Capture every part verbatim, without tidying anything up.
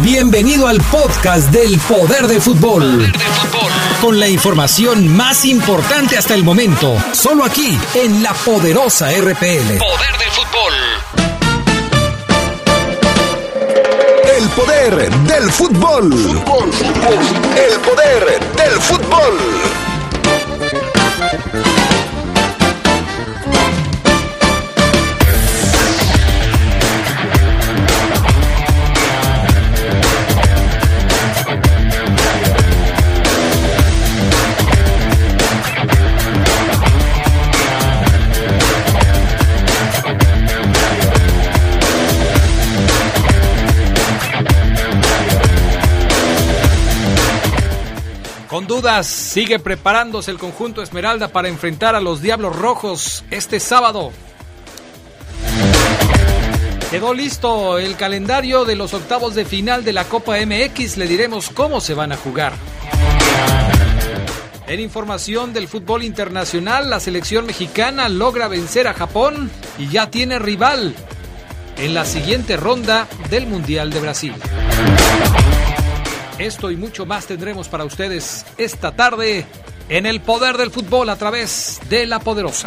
Bienvenido al podcast del Poder del Fútbol. Poder del Fútbol. Con la información más importante hasta el momento. Solo aquí, en la poderosa R P L. Poder del Fútbol. El poder del fútbol. Fútbol, fútbol. El poder del fútbol. Con dudas, sigue preparándose el conjunto Esmeralda para enfrentar a los Diablos Rojos este sábado. Quedó listo el calendario de los octavos de final de la Copa M X, le diremos cómo se van a jugar. En información del fútbol internacional, la selección mexicana logra vencer a Japón y ya tiene rival en la siguiente ronda del Mundial de Brasil. Esto y mucho más tendremos para ustedes esta tarde en el Poder del Fútbol a través de La Poderosa.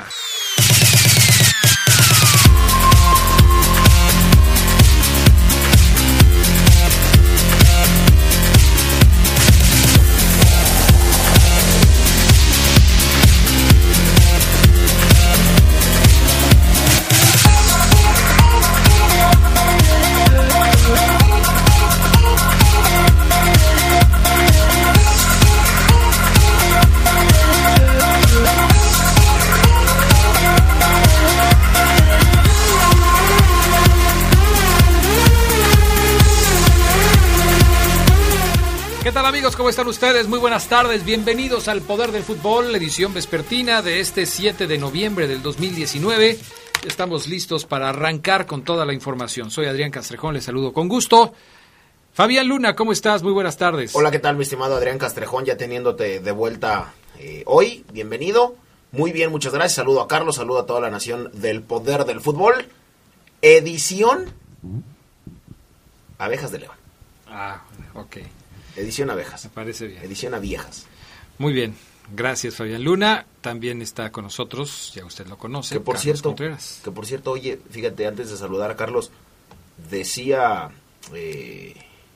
¿Qué tal, amigos? ¿Cómo están ustedes? Muy buenas tardes, bienvenidos al Poder del Fútbol, edición vespertina de este siete de noviembre del dos mil diecinueve. Estamos listos para arrancar con toda la información. Soy Adrián Castrejón, les saludo con gusto. Fabián Luna, ¿cómo estás? Muy buenas tardes. Hola, ¿qué tal, mi estimado Adrián Castrejón? Ya teniéndote de vuelta eh, hoy, bienvenido. Muy bien, muchas gracias. Saludo a Carlos, saludo a toda la nación del Poder del Fútbol. Edición Abejas de León. Ah, ok. Edición Abejas. Me parece bien. Edición a Viejas. Muy bien. Gracias, Fabián Luna. También está con nosotros, ya usted lo conoce, que por Carlos cierto, Contreras. Que por cierto, oye, fíjate, antes de saludar a Carlos, decía eh,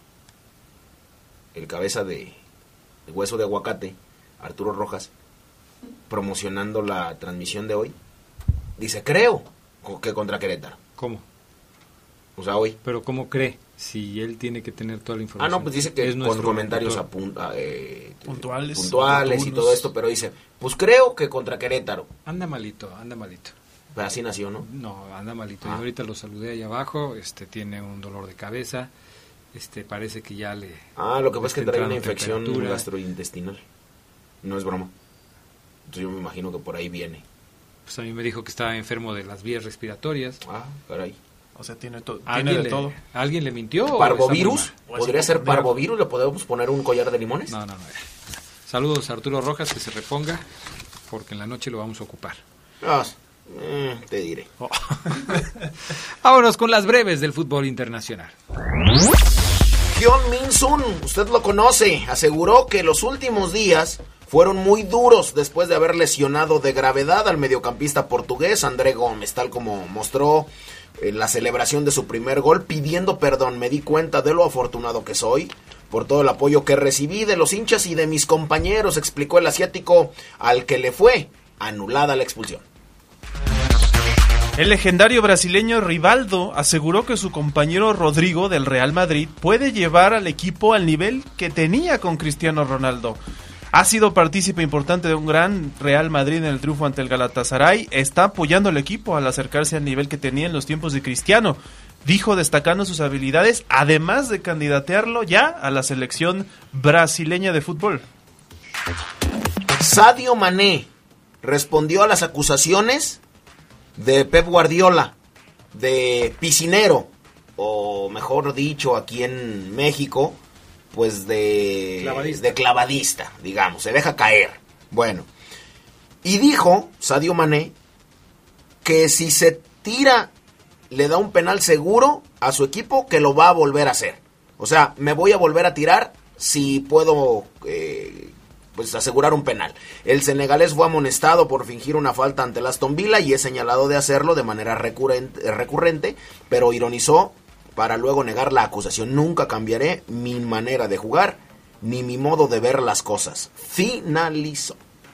el cabeza de, de Hueso de Aguacate, Arturo Rojas, promocionando la transmisión de hoy, dice, creo que contra Querétaro. ¿Cómo? O sea, hoy. Pero ¿cómo cree? Si él tiene que tener toda la información. Ah, no, pues dice que con comentarios apunta, eh, puntuales, puntuales y todo esto, pero dice, pues creo que contra Querétaro. Anda malito, anda malito. Pero así nació, ¿no? No, anda malito. Ah. Yo ahorita lo saludé ahí abajo, este tiene un dolor de cabeza, este parece que ya le... Ah, lo que pasa es que trae una infección temperatura. gastrointestinal. No es broma. Entonces yo me imagino que por ahí viene. Pues a mí me dijo que estaba enfermo de las vías respiratorias. Ah, caray. O sea, tiene, to- tiene ¿Alguien de le, todo. ¿Alguien le mintió? ¿Parvovirus? o ¿Podría así ser como- parvovirus? ¿Le podemos poner un collar de limones? No, no, no. Saludos a Arturo Rojas, que se reponga, porque en la noche lo vamos a ocupar. Ah, eh, te diré. Oh. Vámonos con las breves del fútbol internacional. Hyun Min Sun, usted lo conoce, aseguró que los últimos días fueron muy duros después de haber lesionado de gravedad al mediocampista portugués André Gómez, tal como mostró en la celebración de su primer gol, pidiendo perdón. Me di cuenta de lo afortunado que soy por todo el apoyo que recibí de los hinchas y de mis compañeros, explicó el asiático, al que le fue anulada la expulsión. El legendario brasileño Rivaldo aseguró que su compañero Rodrigo del Real Madrid puede llevar al equipo al nivel que tenía con Cristiano Ronaldo. Ha sido partícipe importante de un gran Real Madrid en el triunfo ante el Galatasaray. Está apoyando al equipo al acercarse al nivel que tenía en los tiempos de Cristiano. Dijo, destacando sus habilidades, además de candidatearlo ya a la selección brasileña de fútbol. Sadio Mané respondió a las acusaciones de Pep Guardiola, de piscinero, o mejor dicho aquí en México, pues de Clavadista. de clavadista, digamos, se deja caer. Bueno, y dijo Sadio Mané que si se tira, le da un penal seguro a su equipo, que lo va a volver a hacer. O sea, me voy a volver a tirar si puedo eh, pues asegurar un penal. El senegalés fue amonestado por fingir una falta ante el Aston Villa y es señalado de hacerlo de manera recurrente, recurrente, pero ironizó para luego negar la acusación. Nunca cambiaré mi manera de jugar ni mi modo de ver las cosas. Finalizó.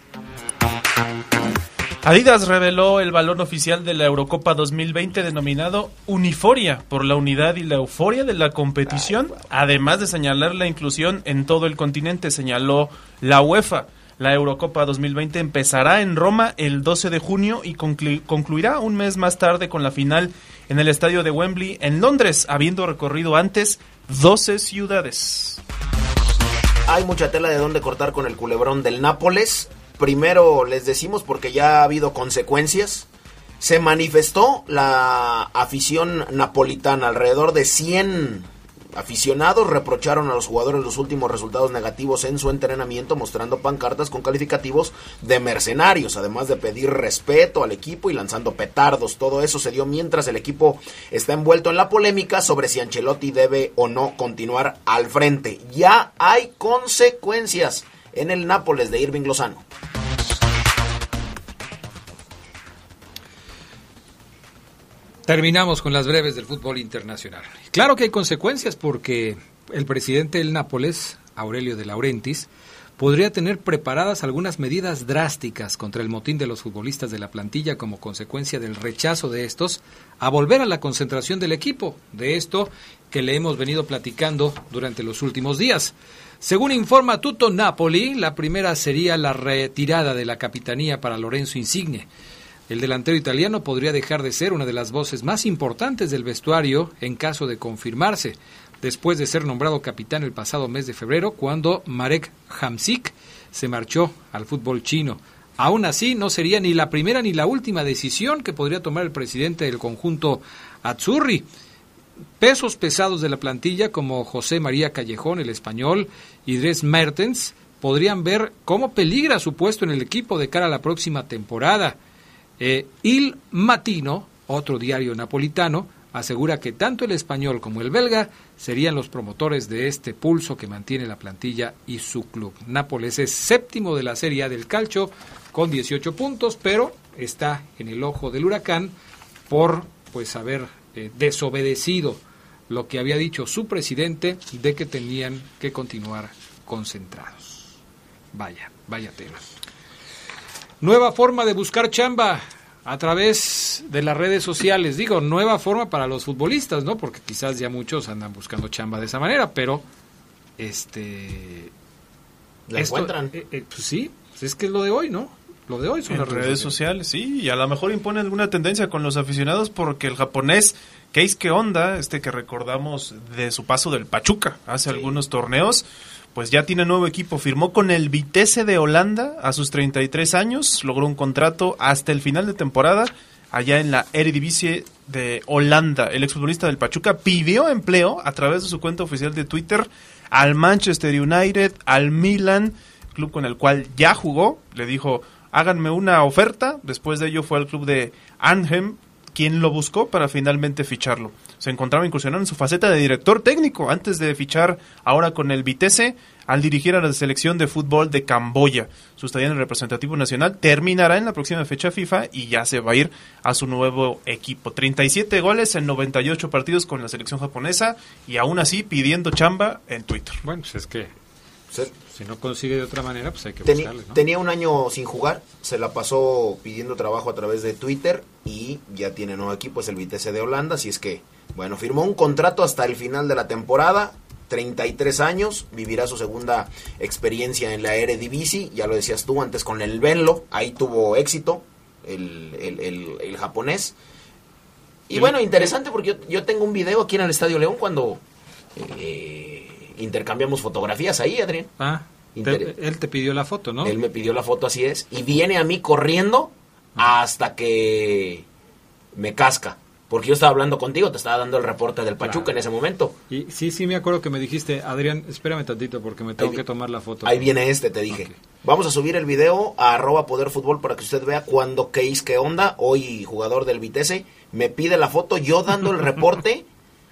Adidas reveló el balón oficial de la Eurocopa dos mil veinte denominado Uniforia, por la unidad y la euforia de la competición, además de señalar la inclusión en todo el continente, señaló la UEFA. La Eurocopa dos mil veinte empezará en Roma el doce de junio y conclu- concluirá un mes más tarde con la final en el estadio de Wembley en Londres, habiendo recorrido antes doce ciudades. Hay mucha tela de dónde cortar con el culebrón del Nápoles. Primero les decimos porque ya ha habido consecuencias. Se manifestó la afición napolitana, alrededor de cien aficionados reprocharon a los jugadores los últimos resultados negativos en su entrenamiento, mostrando pancartas con calificativos de mercenarios, además de pedir respeto al equipo y lanzando petardos. Todo eso se dio mientras el equipo está envuelto en la polémica sobre si Ancelotti debe o no continuar al frente. Ya hay consecuencias en el Nápoles de Irving Lozano. Terminamos con las breves del fútbol internacional. Claro que hay consecuencias porque el presidente del Nápoles, Aurelio De Laurentiis, podría tener preparadas algunas medidas drásticas contra el motín de los futbolistas de la plantilla como consecuencia del rechazo de estos a volver a la concentración del equipo. De esto que le hemos venido platicando durante los últimos días. Según informa Tutto Napoli, la primera sería la retirada de la capitanía para Lorenzo Insigne. El delantero italiano podría dejar de ser una de las voces más importantes del vestuario en caso de confirmarse, después de ser nombrado capitán el pasado mes de febrero, cuando Marek Hamšík se marchó al fútbol chino. Aún así, no sería ni la primera ni la última decisión que podría tomar el presidente del conjunto azzurri. Pesos pesados de la plantilla como José María Callejón, el español, y Dries Mertens podrían ver cómo peligra su puesto en el equipo de cara a la próxima temporada. Eh, Il Mattino, otro diario napolitano, asegura que tanto el español como el belga serían los promotores de este pulso que mantiene la plantilla y su club. Nápoles es séptimo de la Serie A del calcio con dieciocho puntos, pero está en el ojo del huracán por pues haber eh, desobedecido lo que había dicho su presidente de que tenían que continuar concentrados. Vaya, vaya tema. Nueva forma de buscar chamba a través de las redes sociales. Digo, nueva forma para los futbolistas, ¿no? Porque quizás ya muchos andan buscando chamba de esa manera, pero este ¿La esto, encuentran? Eh, eh, pues sí, es que es lo de hoy, ¿no? Lo de hoy son en las redes, redes sociales. sociales, sí, y a lo mejor impone alguna tendencia con los aficionados porque el japonés Keisuke Honda, este que recordamos de su paso del Pachuca hace sí. algunos torneos, pues ya tiene nuevo equipo, firmó con el Vitesse de Holanda a sus treinta y tres años, logró un contrato hasta el final de temporada allá en la Eredivisie de Holanda. El exfutbolista del Pachuca pidió empleo a través de su cuenta oficial de Twitter al Manchester United, al Milan, club con el cual ya jugó, le dijo, háganme una oferta, después de ello fue al club de Arnhem, quien lo buscó para finalmente ficharlo. Se encontraba incursionando en su faceta de director técnico antes de fichar ahora con el Vitesse al dirigir a la selección de fútbol de Camboya. Su estadía en el representativo nacional terminará en la próxima fecha FIFA y ya se va a ir a su nuevo equipo. treinta y siete goles en noventa y ocho partidos con la selección japonesa y aún así pidiendo chamba en Twitter. Bueno, pues es que sí. Si no consigue de otra manera, pues hay que Teni- buscarle, ¿no? Tenía un año sin jugar, se la pasó pidiendo trabajo a través de Twitter y ya tiene nuevo equipo, es el Vitesse de Holanda, así es que, bueno, firmó un contrato hasta el final de la temporada, treinta y tres años, vivirá su segunda experiencia en la Eredivisie, ya lo decías tú antes con el Venlo, ahí tuvo éxito el, el, el, el japonés. Y bueno, interesante porque yo, yo tengo un video aquí en el Estadio León cuando... Eh, intercambiamos fotografías ahí, Adrián. Ah, Inter- te, él te pidió la foto, ¿no? Él me pidió la foto, así es. Y viene a mí corriendo hasta que me casca. Porque yo estaba hablando contigo, te estaba dando el reporte del Pachuca claro. en ese momento. Y sí, sí, me acuerdo que me dijiste, Adrián, espérame tantito porque me tengo ahí, que tomar la foto. Ahí viene este, te dije. Okay. Vamos a subir el video a arroba Poder Fútbol para que usted vea cuando Keisuke Honda, hoy jugador del Vitesse, me pide la foto, yo dando el reporte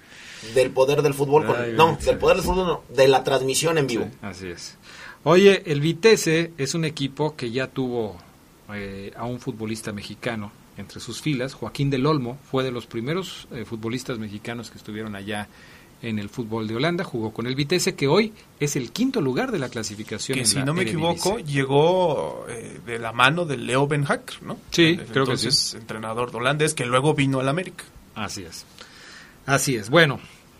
del Poder del Fútbol. Con, Ay, no, del Poder del Fútbol, no, de la transmisión en vivo. Sí, así es. Oye, el Vitesse es un equipo que ya tuvo eh, a un futbolista mexicano entre sus filas. Joaquín del Olmo fue de los primeros eh, futbolistas mexicanos que estuvieron allá en el fútbol de Holanda. Jugó con el Vitesse, que hoy es el quinto lugar de la clasificación. Que en si la no me Eredivisie. equivoco, llegó eh, de la mano de Leo Ben Hacker, ¿no? Sí, el, creo que sí. Entrenador de holandés que luego vino al América. Así es. Así es. Bueno,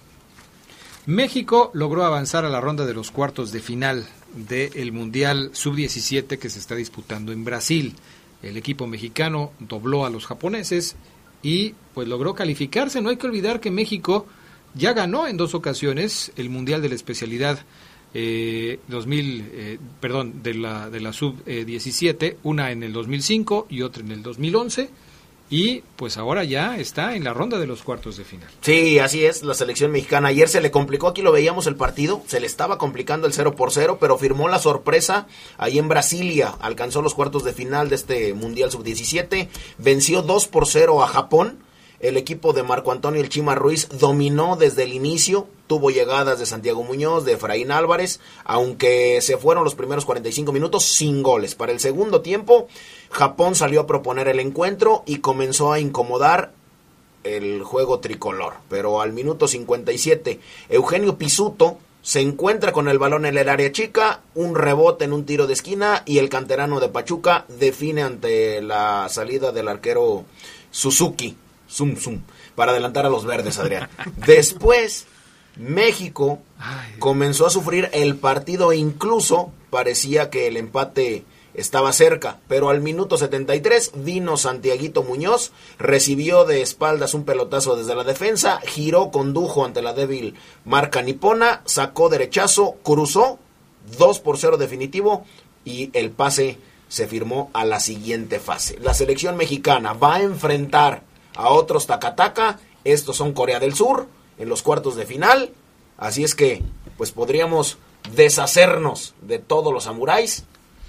México logró avanzar a la ronda de los cuartos de final del Mundial sub diecisiete que se está disputando en Brasil. El equipo mexicano dobló a los japoneses y pues logró calificarse. No hay que olvidar que México ya ganó en dos ocasiones el Mundial de la especialidad eh, dos mil, eh, perdón, de la de la sub diecisiete, una en el dos mil cinco y otra en el dos mil once. Y pues ahora ya está en la ronda de los cuartos de final. Sí, así es, la selección mexicana. Ayer se le complicó, aquí lo veíamos el partido, se le estaba complicando el cero por cero, pero firmó la sorpresa ahí en Brasilia. Alcanzó los cuartos de final de este Mundial sub diecisiete, venció dos por cero a Japón. El equipo de Marco Antonio El Chima Ruiz dominó desde el inicio, tuvo llegadas de Santiago Muñoz, de Efraín Álvarez, aunque se fueron los primeros cuarenta y cinco minutos sin goles. Para el segundo tiempo, Japón salió a proponer el encuentro y comenzó a incomodar el juego tricolor. Pero al minuto cincuenta y siete, Eugenio Pizzuto se encuentra con el balón en el área chica, un rebote en un tiro de esquina y el canterano de Pachuca define ante la salida del arquero Suzuki. Zum, zum, para adelantar a los verdes, Adrián. Después, México comenzó a sufrir el partido e incluso parecía que el empate estaba cerca, pero al minuto setenta y tres vino Santiaguito Muñoz, recibió de espaldas un pelotazo desde la defensa, giró, condujo ante la débil marca nipona, sacó derechazo, cruzó, dos por cero definitivo y el pase se firmó a la siguiente fase. La selección mexicana va a enfrentar a otros tacataca, estos son Corea del Sur, en los cuartos de final, así es que, pues podríamos deshacernos de todos los samuráis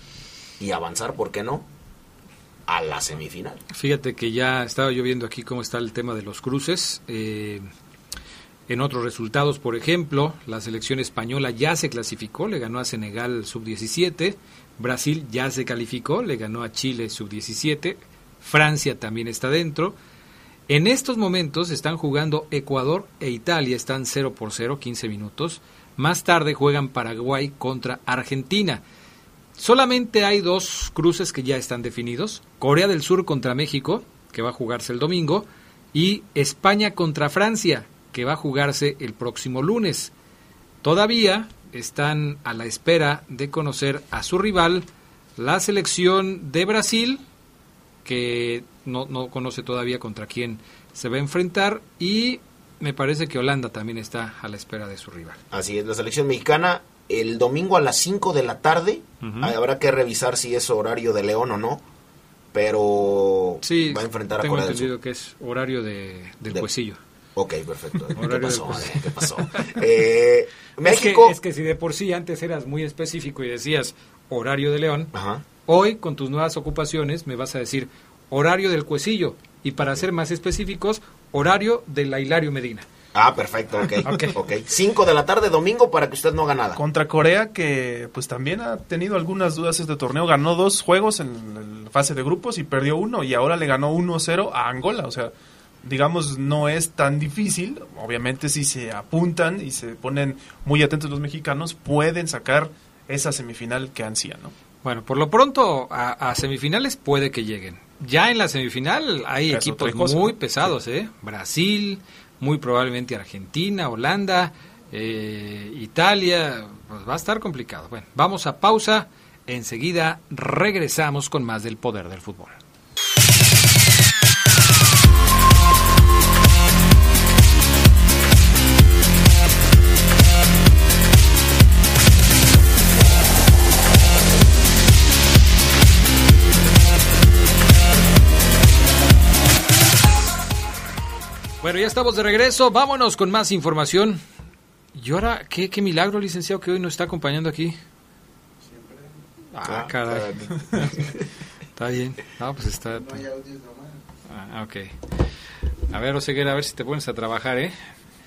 y avanzar, ¿por qué no?, a la semifinal. Fíjate que ya estaba yo viendo aquí cómo está el tema de los cruces, eh, en otros resultados, por ejemplo, la selección española ya se clasificó, le ganó a Senegal sub diecisiete, Brasil ya se calificó, le ganó a Chile sub diecisiete, Francia también está dentro. En estos momentos están jugando Ecuador e Italia, están cero por cero, quince minutos. Más tarde juegan Paraguay contra Argentina. Solamente hay dos cruces que ya están definidos. Corea del Sur contra México, que va a jugarse el domingo, y España contra Francia, que va a jugarse el próximo lunes. Todavía están a la espera de conocer a su rival, la selección de Brasil, que no, no conoce todavía contra quién se va a enfrentar, y me parece que Holanda también está a la espera de su rival. Así es, la selección mexicana el domingo a las cinco de la tarde, uh-huh. Habrá que revisar si es horario de León o no, pero sí, va a enfrentar a tengo Corea del entendido Sur. Que es horario de, del de... Cuecillo. Ok, perfecto. ¿Qué Horario pasó? del... ¿Qué pasó? Eh, México... Es que, es que si de por sí antes eras muy específico y decías horario de León, Ajá. Hoy, con tus nuevas ocupaciones, me vas a decir horario del Cuecillo. Y para ser más específicos, horario de la Hilario Medina. Ah, perfecto, ok. okay. okay. cinco de la tarde, domingo, para que usted no haga nada. Contra Corea, que pues también ha tenido algunas dudas este torneo. Ganó dos juegos en la fase de grupos y perdió uno. Y ahora le ganó uno cero a Angola. O sea, digamos, no es tan difícil. Obviamente, si se apuntan y se ponen muy atentos los mexicanos, pueden sacar esa semifinal que ansían, ¿no? Bueno, por lo pronto a, a semifinales puede que lleguen. Ya en la semifinal hay es equipos cosa, muy ¿no? pesados, sí. ¿eh? Brasil, muy probablemente Argentina, Holanda, eh, Italia, pues va a estar complicado. Bueno, vamos a pausa, enseguida regresamos con más del poder del fútbol. Bueno, ya estamos de regreso, vámonos con más información. Y ahora, ¿qué, qué milagro, licenciado, que hoy nos está acompañando aquí? Siempre. Ah, ah caray. Está bien. No, pues está... No hay audios nomás. Ah, ok. A ver, Oseguera, a ver si te pones a trabajar, ¿eh?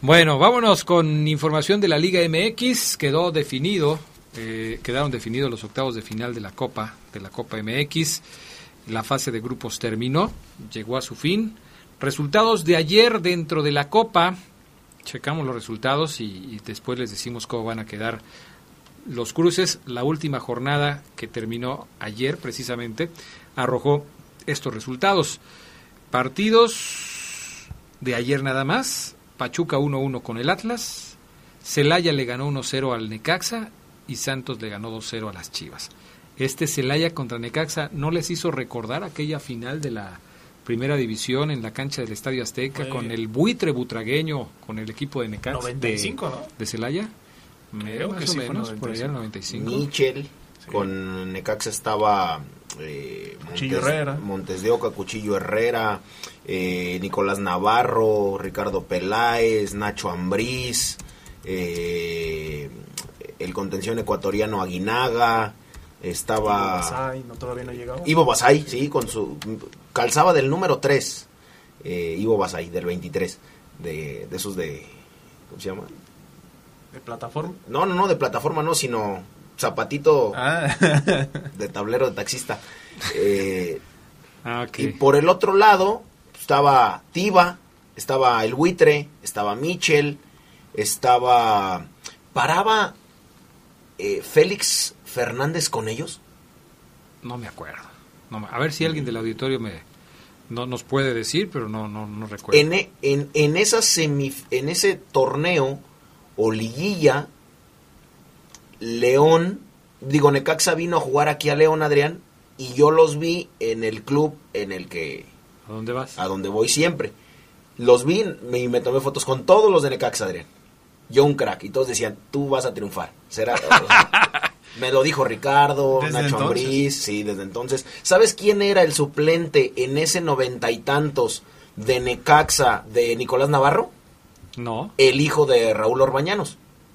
Bueno, vámonos con información de la Liga M X. Quedó definido, eh, quedaron definidos los octavos de final de la Copa, de la Copa M X. La fase de grupos terminó, llegó a su fin. Resultados de ayer dentro de la Copa. Checamos los resultados y, y después les decimos cómo van a quedar los cruces. La última jornada que terminó ayer precisamente arrojó estos resultados. Partidos de ayer nada más. Pachuca uno uno con el Atlas, Celaya le ganó uno cero al Necaxa y Santos le ganó dos cero a las Chivas. Este Celaya contra Necaxa no les hizo recordar aquella final de la primera división en la cancha del Estadio Azteca, Oye. con el buitre butragueño, con el equipo de Necaxa. noventa y cinco, de, ¿no? de Celaya. Creo más que o sí fue menos, noventa y cinco. por allá el noventa y cinco. Michel, Sí. con Necaxa estaba eh, Cuchillo Montes, Herrera. Montes de Oca, Cuchillo Herrera, eh, Nicolás Navarro, Ricardo Peláez, Nacho Ambriz, eh, el contención ecuatoriano Aguinaga, estaba Basay, no, todavía no llegaba. Ivo Basay, sí, con su calzaba del número tres, eh, Ivo Basay, del veintitrés, de, de esos de, ¿cómo se llama? ¿De plataforma? No, no, no, de plataforma no, sino zapatito Ah. de tablero de taxista. Eh, Ah, ok. Y por el otro lado estaba Tiva, estaba el buitre, estaba Michel, estaba... ¿Paraba eh, Félix Fernández con ellos? No me acuerdo. No me- a ver si alguien del auditorio me no nos puede decir, pero no no no recuerdo. En, e- en, en, esa semif- en ese torneo o liguilla, León, digo, Necaxa vino a jugar aquí a León, Adrián, y yo los vi en el club en el que, ¿A dónde vas? a donde voy siempre. Los vi me- y me tomé fotos con todos los de Necaxa, Adrián. Yo un crack, y todos decían, tú vas a triunfar. Será, o sea, me lo dijo Ricardo, ¿Desde Nacho entonces? Ambriz, sí, desde entonces. ¿Sabes quién era el suplente en ese noventa y tantos de Necaxa de Nicolás Navarro? No. El hijo de Raúl Orbañanos.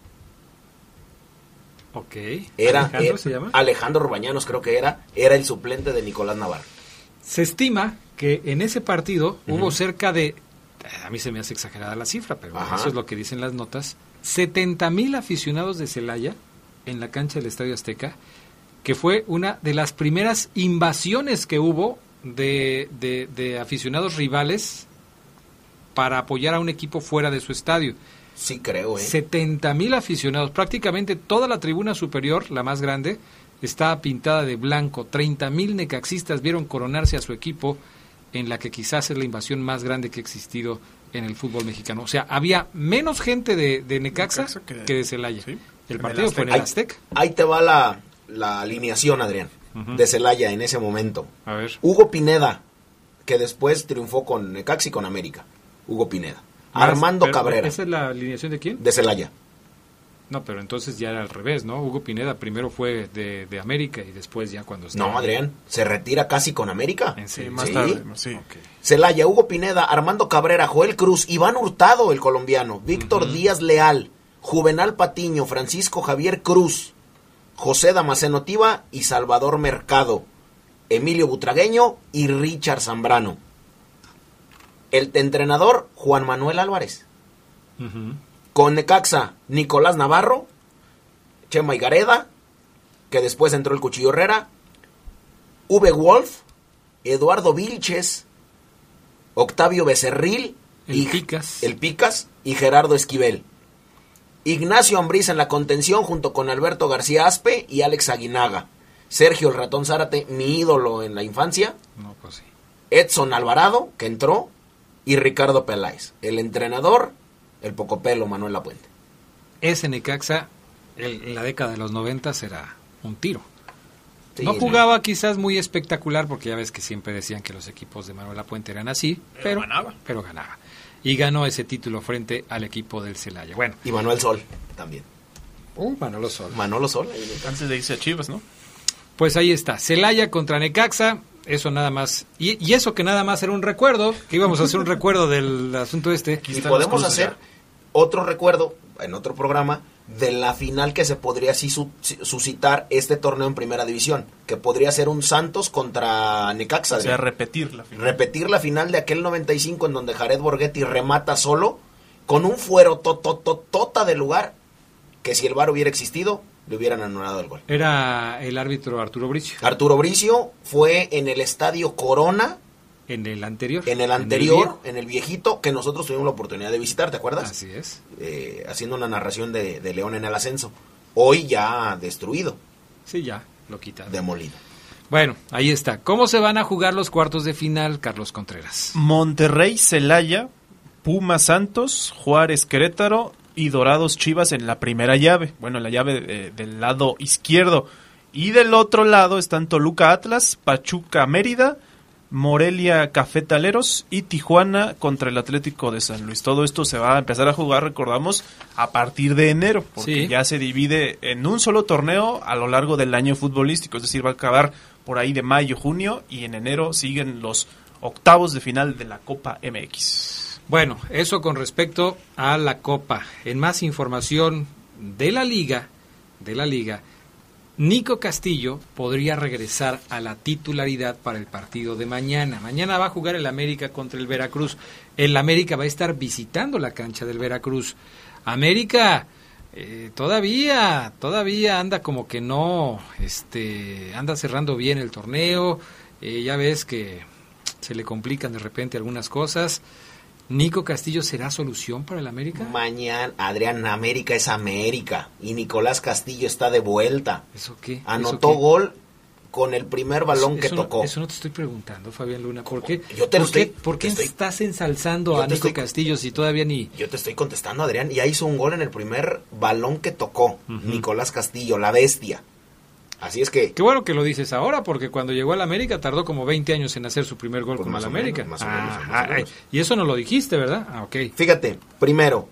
Ok. Era, ¿Alejandro eh, se llama? Alejandro Orbañanos, creo que era, era el suplente de Nicolás Navarro. Se estima que en ese partido hubo cerca de, a mí se me hace exagerada la cifra, pero Ajá. eso es lo que dicen las notas, setenta mil aficionados de Celaya en la cancha del Estadio Azteca, que fue una de las primeras invasiones que hubo de, de, de aficionados rivales para apoyar a un equipo fuera de su estadio. Sí, creo, ¿eh? setenta mil aficionados, prácticamente toda la tribuna superior, la más grande, estaba pintada de blanco. treinta mil necaxistas vieron coronarse a su equipo en la que quizás es la invasión más grande que ha existido en el fútbol mexicano. O sea, había menos gente de, de Necaxa, Necaxa que de- que de Celaya. sí. El En partido el fue en el Ahí- Azteca. Ahí te va la, la alineación, Adrián, Ujú. de Celaya en ese momento. A ver. Hugo Pineda, que después triunfó con Necaxa y con América. Hugo Pineda. Armando Pero, Cabrera, ¿esa es la alineación de quién? de Celaya. No, pero entonces ya era al revés, ¿no? Hugo Pineda primero fue de, de América y después ya cuando estaba... No, Adrián, se retira casi con América. ¿En Sí, serio? más Sí. tarde, sí. Ok. Celaya, Hugo Pineda, Armando Cabrera, Joel Cruz, Iván Hurtado, el colombiano, Víctor Ujú. Díaz Leal, Juvenal Patiño, Francisco Javier Cruz, José Damasceno Tiva y Salvador Mercado, Emilio Butragueño y Richard Zambrano. El entrenador, Juan Manuel Álvarez. Ujú. Con Necaxa, Nicolás Navarro, Chema Higareda, que después entró el Cuchillo Herrera, V. Wolf, Eduardo Vilches, Octavio Becerril, El y Picas. el Picas y Gerardo Esquivel. Ignacio Ambriz en la contención junto con Alberto García Aspe y Alex Aguinaga. Sergio el Ratón Zárate, mi ídolo en la infancia. No, pues sí. Edson Alvarado, que entró, y Ricardo Peláez. El entrenador, el pocopelo Manuel Lapuente. Ese Necaxa, el- en la década de los noventas, era un tiro. Sí, no jugaba quizás muy espectacular, porque ya ves que siempre decían que los equipos de Manuel Lapuente eran así, Pero pero, ganaba. pero ganaba. Y ganó ese título frente al equipo del Celaya. Bueno, Y Manuel Sol también. uh, Manolo Sol. Manolo Sol. ahí en el- Antes de irse a Chivas, ¿no? Pues ahí está, Celaya contra Necaxa, eso nada más, y, y eso que nada más era un recuerdo, que íbamos a hacer un recuerdo del asunto este. Aquí Y están los podemos cruces hacer ya. otro recuerdo en otro programa de la final que se podría así su- suscitar este torneo en primera división, que podría ser un Santos contra Necaxa. O sea, Adrián. repetir la final. Repetir la final de aquel noventa y cinco en donde Jared Borghetti remata solo con un fuero totototota de lugar, que si el V A R hubiera existido, le hubieran anulado el gol. Era el árbitro Arturo Bricio. Arturo Bricio fue en el Estadio Corona. En el anterior. En el anterior, en el, en el viejito, que nosotros tuvimos la oportunidad de visitar, ¿te acuerdas? Así es. Eh, haciendo una narración de, de León en el ascenso. Hoy ya destruido. Sí, ya, lo quitaron. Demolido. Bueno, ahí está. ¿Cómo se van a jugar los cuartos de final, Carlos Contreras? Monterrey Celaya, Pumas Santos, Juárez Querétaro y Dorados Chivas en la primera llave. Bueno, en la llave de, del lado izquierdo. Y del otro lado están Toluca Atlas, Pachuca Mérida, Morelia Cafetaleros y Tijuana contra el Atlético de San Luis. Todo esto se va a empezar a jugar, recordamos, a partir de enero, porque sí. ya se divide en un solo torneo a lo largo del año futbolístico, es decir, va a acabar por ahí de mayo, junio, y en enero siguen los octavos de final de la Copa M X. Bueno, eso con respecto a la Copa. En más información de la Liga, de la Liga, Nico Castillo podría regresar a la titularidad para el partido de mañana. Mañana va a jugar el América contra el Veracruz. El América va a estar visitando la cancha del Veracruz. América eh, todavía, todavía anda como que no, este, anda cerrando bien el torneo. Eh, ya ves que se le complican de repente algunas cosas. ¿Nico Castillo será solución para el América? Mañana, Adrián, América es América y Nicolás Castillo está de vuelta. ¿Eso qué? Anotó ¿Eso qué? Gol con el primer balón eso, que eso tocó. No, eso no te estoy preguntando, Fabián Luna. ¿Por qué, Yo te ¿por estoy, qué, ¿por qué te estoy, estás ensalzando a Nico estoy, Castillo si todavía ni...? Yo te estoy contestando, Adrián. Ya hizo un gol en el primer balón que tocó. Uh-huh. Nicolás Castillo, la bestia. Así es que... Qué bueno que lo dices ahora, porque cuando llegó al América tardó como veinte años en hacer su primer gol pues con el América. Menos, más o menos, ah, más o menos. Y eso no lo dijiste, ¿verdad? Ah, ok. Fíjate, primero,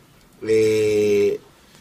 eh,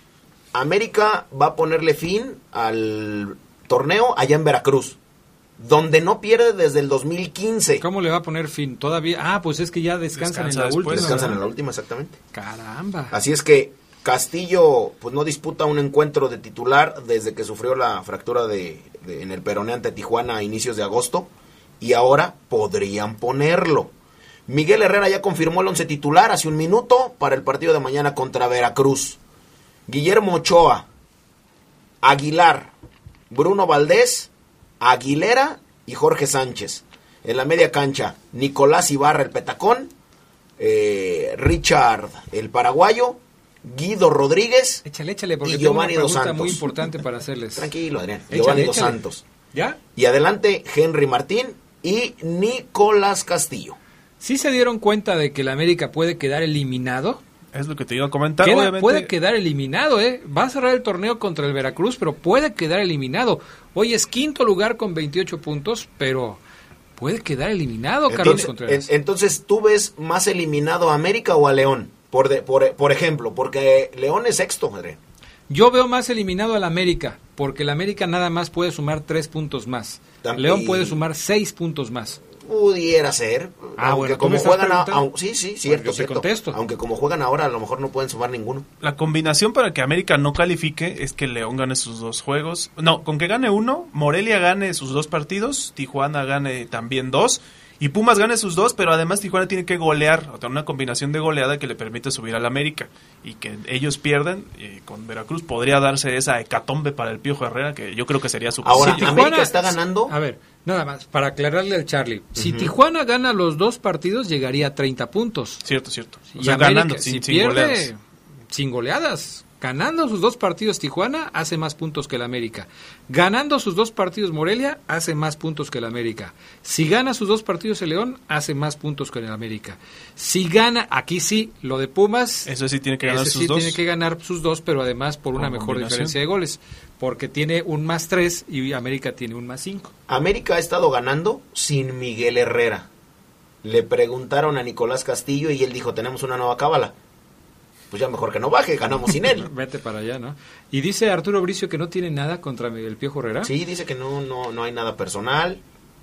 América va a ponerle fin al torneo allá en Veracruz, donde no pierde desde el dos mil quince. ¿Cómo le va a poner fin? Todavía... Ah, pues es que ya descansan Descansa en la después, última. Descansan ¿verdad? en la última, exactamente. Caramba. Así es que Castillo pues no disputa un encuentro de titular desde que sufrió la fractura de, de en el peroné ante Tijuana a inicios de agosto, y ahora podrían ponerlo. Miguel Herrera ya confirmó el once titular hace un minuto para el partido de mañana contra Veracruz. Guillermo Ochoa, Aguilar, Bruno Valdés, Aguilera y Jorge Sánchez. En la media cancha, Nicolás Ibarra el Petacón, eh, Richard el Paraguayo, Guido Rodríguez, échale, échale, porque y tengo una Giovanni Dos pregunta Santos. muy importante para hacerles. Tranquilo, Adrián. Échale, Giovanni Dos échale. Santos. ¿Ya? Y adelante, Henry Martín y Nicolás Castillo. ¿Sí se dieron cuenta de que el América puede quedar eliminado? Es lo que te iba a comentar. Queda, obviamente. Puede quedar eliminado, ¿eh? Va a cerrar el torneo contra el Veracruz, pero puede quedar eliminado. Hoy es quinto lugar con veintiocho puntos, pero puede quedar eliminado, Carlos Entonces, Contreras. en- entonces, ¿tú ves más eliminado a América o a León? Por, de- por, por ejemplo, porque León es sexto, Adrián. Yo veo más eliminado al América, porque el América nada más puede sumar tres puntos más. Tam- León y- puede sumar seis puntos más. Pudiera ser. Ah, aunque bueno, ¿tú como me estás juegan a- preguntando? aun- sí, sí, Bueno, cierto, yo te cierto. contesto. Aunque como juegan ahora, a lo mejor no pueden sumar ninguno. La combinación para que América no califique es que León gane sus dos juegos. No, con que gane uno, Morelia gane sus dos partidos, Tijuana gane también dos, y Pumas gane sus dos, pero además Tijuana tiene que golear, o tener una combinación de goleada que le permite subir al América, y que ellos pierden, y con Veracruz podría darse esa hecatombe para el Piojo Herrera, que yo creo que sería su Ahora, Si América está ganando. A ver, nada más, para aclararle al Charlie. Si Tijuana gana los dos partidos, llegaría a treinta puntos. Cierto, cierto. O Y sea, América, ganando, si sin, sin pierde, goleadas. sin goleadas. Ganando sus dos partidos Tijuana, hace más puntos que el América. Ganando sus dos partidos Morelia, hace más puntos que el América. Si gana sus dos partidos el León, hace más puntos que el América. Si gana, aquí sí, lo de Pumas, Eso sí tiene que ganar ese sus sí dos. tiene que ganar sus dos, pero además por una Con mejor combinación. diferencia de goles. Porque tiene un más tres y América tiene un más cinco. América ha estado ganando sin Miguel Herrera. Le preguntaron a Nicolás Castillo y él dijo, tenemos una nueva cábala. Pues ya mejor que no baje, ganamos sin él. Vete para allá, ¿no? Y dice Arturo Bricio que no tiene nada contra el Piojo Herrera. Sí, dice que no, no, no hay nada personal.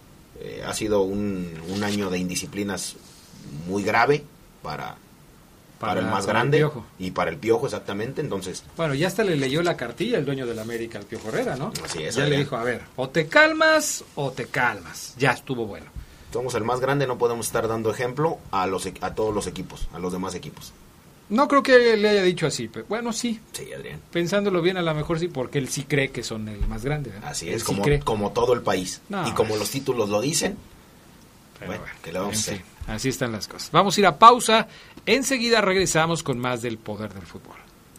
Eh, ha sido un, un año de indisciplinas muy grave para, para, el más para grande. Piojo. Y para el Piojo, exactamente. Entonces, Bueno, ya hasta le leyó la cartilla el dueño del América, el Piojo Herrera, ¿no? Así es, ya le Adrián. dijo, a ver, o te calmas o te calmas. Ya estuvo bueno. somos el más grande, no podemos estar dando ejemplo a, los, e- a todos los equipos, a los demás equipos. No creo que le haya dicho así, pero bueno, sí. Sí, Adrián. Pensándolo bien, a lo mejor sí, porque él sí cree que son el más grande, ¿verdad? Así Él es, sí como, cree. como todo el país. No, y como los títulos lo dicen, Pero bueno, bueno, ¿qué le vamos en a hacer? fin, así están las cosas. Vamos a ir a pausa. Enseguida regresamos con más del poder del fútbol.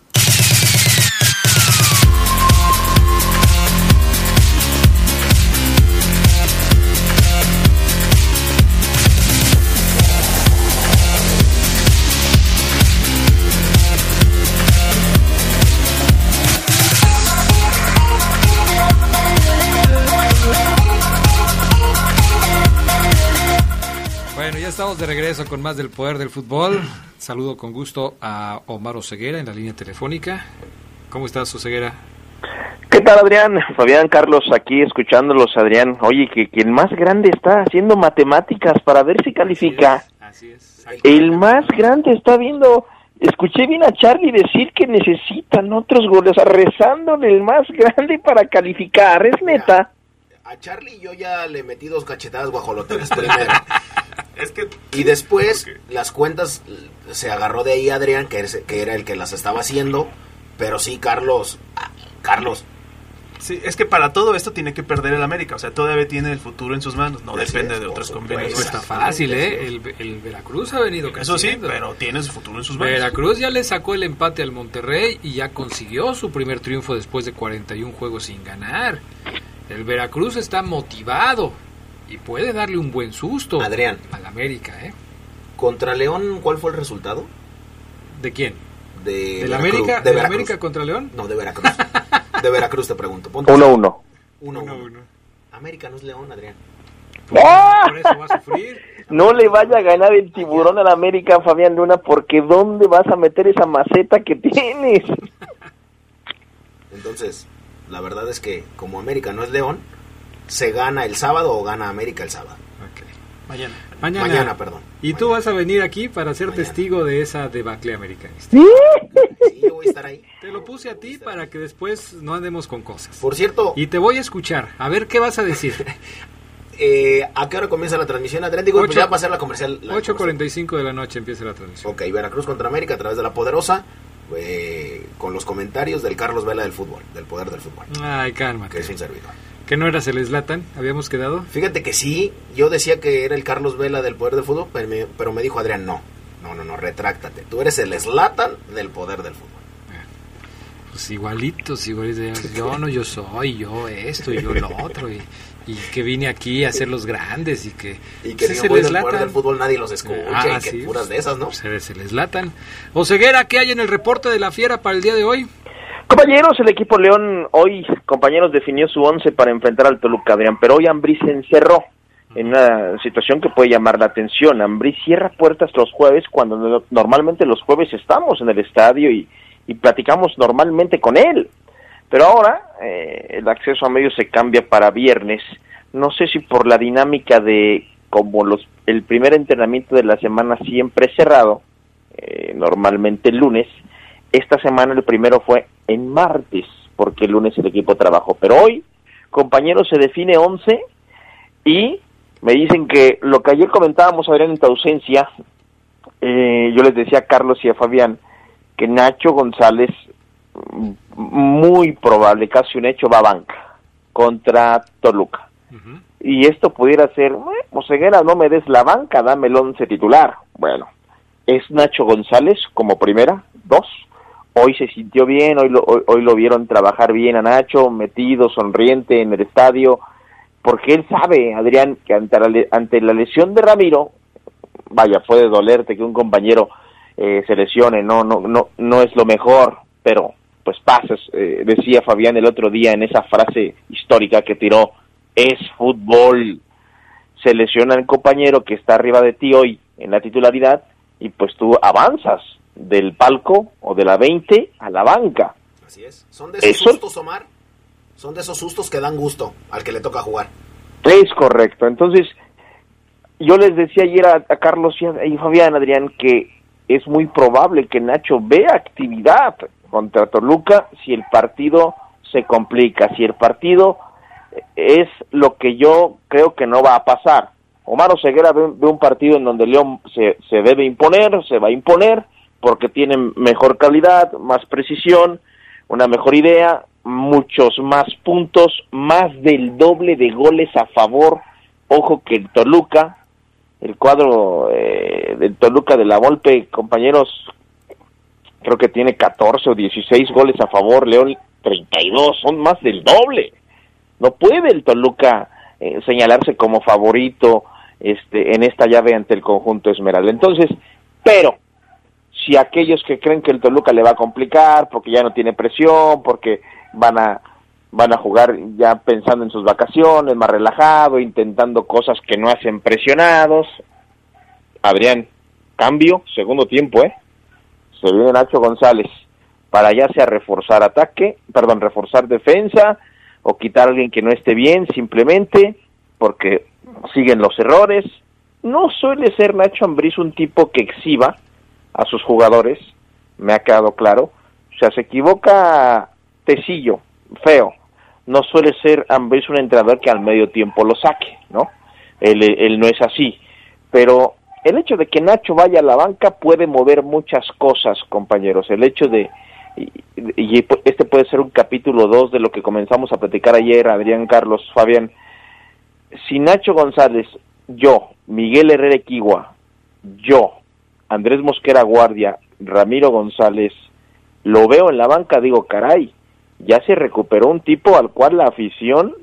Bueno, ya estamos de regreso con más del poder del fútbol. Saludo con gusto a Omar Oseguera en la línea telefónica. ¿Cómo estás, Oseguera? ¿Qué tal, Adrián? Fabián, Carlos, aquí escuchándolos, Adrián. Oye, que, que el más grande está haciendo matemáticas para ver si califica. Así es. Así es. El más grande está viendo... Escuché bien a Charlie decir que necesitan otros goles, o sea, rezándole el más grande para calificar. ¿Es neta? A Charlie yo ya le metí dos cachetadas guajoloteras primero. Es que... Y después Okay. las cuentas se agarró de ahí Adrián, que, es, que era el que las estaba haciendo. Pero sí, Carlos, ah, Carlos, Sí, es que para todo esto tiene que perder el América, o sea, todavía tiene el futuro en sus manos, no Así depende es, de por otros supuesto. convenios. No está fácil, ¿eh? El, el Veracruz ha venido Eso sí, creciendo. pero tiene su futuro en sus manos. Veracruz ya le sacó el empate al Monterrey y ya consiguió su primer triunfo después de cuarenta y un juegos sin ganar. El Veracruz está motivado y puede darle un buen susto Adrián. al América, ¿eh? contra León, ¿cuál fue el resultado? ¿De quién? De ¿Del Veracruz, América, de ¿del Veracruz. América contra León? No, de Veracruz. De Veracruz te pregunto. Ponte Uno, uno. uno, Uno, uno. uno. América no es León, Adrián. ¡Ah! Por eso va a sufrir. No le vaya a ganar el tiburón al América, Fabián Luna, porque ¿dónde vas a meter esa maceta que tienes? Entonces, la verdad es que como América no es León, se gana el sábado o gana América el sábado. Ok. Mañana. Mañana. Mañana, perdón. Y tú Mañana. vas a venir aquí para ser Mañana. testigo de esa debacle americanista. Sí, yo voy a estar ahí. Te lo puse a ti para que después no andemos con cosas. Por cierto, Y te voy a escuchar. A ver qué vas a decir. eh, ¿a qué hora comienza la transmisión, Adrián? Digo, pues Ocho- ya va a ser la comercial. la ocho comercial. cuarenta y cinco de la noche empieza la transmisión. Ok, Veracruz contra América a través de La Poderosa, eh, con los comentarios del Carlos Vela del fútbol, del poder del fútbol, Ay, que cálmate. es un servidor. ¿Que no eras el Zlatan? ¿Habíamos quedado? Fíjate que sí, yo decía que era el Carlos Vela del poder del fútbol, pero me, pero me dijo Adrián, no, no, no, no, retráctate, tú eres el Zlatan del poder del fútbol. Pues igualitos, igualitos. Yo no, yo soy, yo esto y yo lo otro. Y, y que vine aquí a ser los grandes y que... Y que pues, si no voy del poder del fútbol nadie los escucha, Ah, y que sí, puras de esas, ¿no? Pues eres el Zlatan. Oseguera, ¿qué hay en el reporte de la Fiera para el día de hoy? Compañeros, el equipo León hoy, compañeros, definió su once para enfrentar al Toluca, Adrián, pero hoy Ambriz se encerró en una situación que puede llamar la atención. Ambriz cierra puertas los jueves cuando no- normalmente los jueves estamos en el estadio y, y platicamos normalmente con él. Pero ahora eh, el acceso a medios se cambia para viernes. No sé si por la dinámica de como los el primer entrenamiento de la semana siempre es cerrado, eh, normalmente el lunes. Esta semana el primero fue en martes, porque el lunes el equipo trabajó. Pero hoy, compañeros, se define once y me dicen que lo que ayer comentábamos, Adrián, en tu ausencia, eh, yo les decía a Carlos y a Fabián que Nacho González, m- muy probable, casi un hecho, va a banca contra Toluca. Uh-huh. Y esto pudiera ser, eh, Oseguera, no me des la banca, dame el once titular. Bueno, es Nacho González como primera, dos. Hoy se sintió bien, hoy lo, hoy, hoy lo vieron trabajar bien a Nacho, metido, sonriente en el estadio, porque él sabe, Adrián, que ante la, le- ante la lesión de Ramiro, vaya, puede dolerte que un compañero eh, se lesione, no, no, no, no es lo mejor, pero pues pasas, eh, decía Fabián el otro día en esa frase histórica que tiró, es fútbol, se lesiona el compañero que está arriba de ti hoy en la titularidad y pues tú avanzas del palco o de la veinte a la banca. Así es, son de esos Eso- sustos, Omar, son de esos sustos que dan gusto al que le toca jugar. Es correcto, entonces yo les decía ayer a, a Carlos y, a, y Fabián, Adrián, que es muy probable que Nacho vea actividad contra Toluca si el partido se complica, si el partido es lo que yo creo que no va a pasar. Omar Oseguera ve, ve un partido en donde León se, se debe imponer, se va a imponer, porque tienen mejor calidad, más precisión, una mejor idea, muchos más puntos, más del doble de goles a favor. Ojo que el Toluca, el cuadro eh, del Toluca de la Volpe, compañeros, creo que tiene catorce o dieciséis goles a favor, León treinta y dos, son más del doble. No puede el Toluca eh, señalarse como favorito este en esta llave ante el conjunto Esmeralda. Entonces, pero si aquellos que creen que el Toluca le va a complicar porque ya no tiene presión, porque van a van a jugar ya pensando en sus vacaciones, más relajado, intentando cosas que no hacen presionados, Adrián, cambio, segundo tiempo, ¿eh? Se viene Nacho González para ya sea reforzar ataque, perdón, reforzar defensa o quitar a alguien que no esté bien simplemente porque siguen los errores. No suele ser Nacho Ambriz un tipo que exhiba a sus jugadores, me ha quedado claro. O sea, se equivoca Tecillo, feo. No suele ser Ambriz un entrenador que al medio tiempo lo saque, ¿no? Él, él no es así. Pero el hecho de que Nacho vaya a la banca puede mover muchas cosas, compañeros. El hecho de, y, y este puede ser un capítulo dos de lo que comenzamos a platicar ayer, Adrián, Carlos, Fabián. Si Nacho González, yo, Miguel Herrera Equigua, yo, Andrés Mosquera Guardia, Ramiro González, lo veo en la banca, digo, caray, ya se recuperó un tipo al cual la afición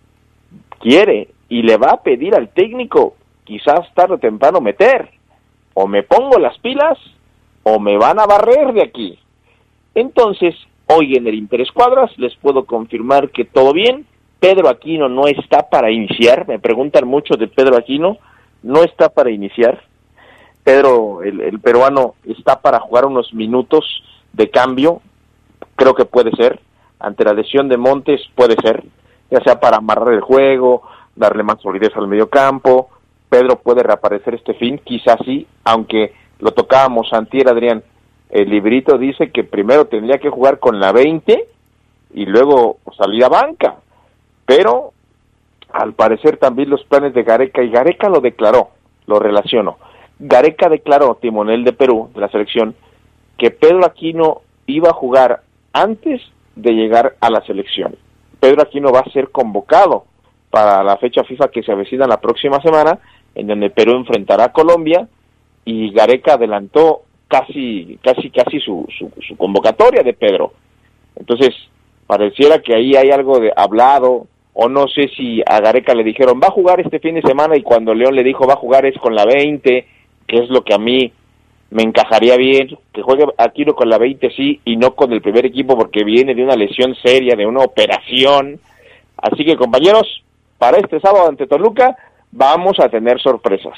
quiere y le va a pedir al técnico, quizás tarde o temprano, meter. O me pongo las pilas o me van a barrer de aquí. Entonces, hoy en el Interescuadras les puedo confirmar que todo bien. Pedro Aquino no está para iniciar, me preguntan mucho de Pedro Aquino, no está para iniciar. Pedro, el, el peruano, está para jugar unos minutos de cambio, creo que puede ser, ante la lesión de Montes puede ser, ya sea para amarrar el juego, darle más solidez al mediocampo. Pedro puede reaparecer este fin, quizás sí, aunque lo tocábamos antier, Adrián, el librito dice que primero tendría que jugar con la veinte y luego salir a banca, pero al parecer también los planes de Gareca, y Gareca lo declaró, lo relaciono, Gareca declaró, timonel de Perú, de la selección, que Pedro Aquino iba a jugar antes de llegar a la selección. Pedro Aquino va a ser convocado para la fecha FIFA que se avecina la próxima semana, en donde Perú enfrentará a Colombia, y Gareca adelantó casi casi casi su, su, su convocatoria de Pedro. Entonces, pareciera que ahí hay algo de hablado, o no sé si a Gareca le dijeron, va a jugar este fin de semana, y cuando León le dijo, va a jugar es con la veinte, que es lo que a mí me encajaría bien, que juegue Aquino con la veinte sí, y no con el primer equipo, porque viene de una lesión seria, de una operación. Así que, compañeros, para este sábado ante Toluca, vamos a tener sorpresas.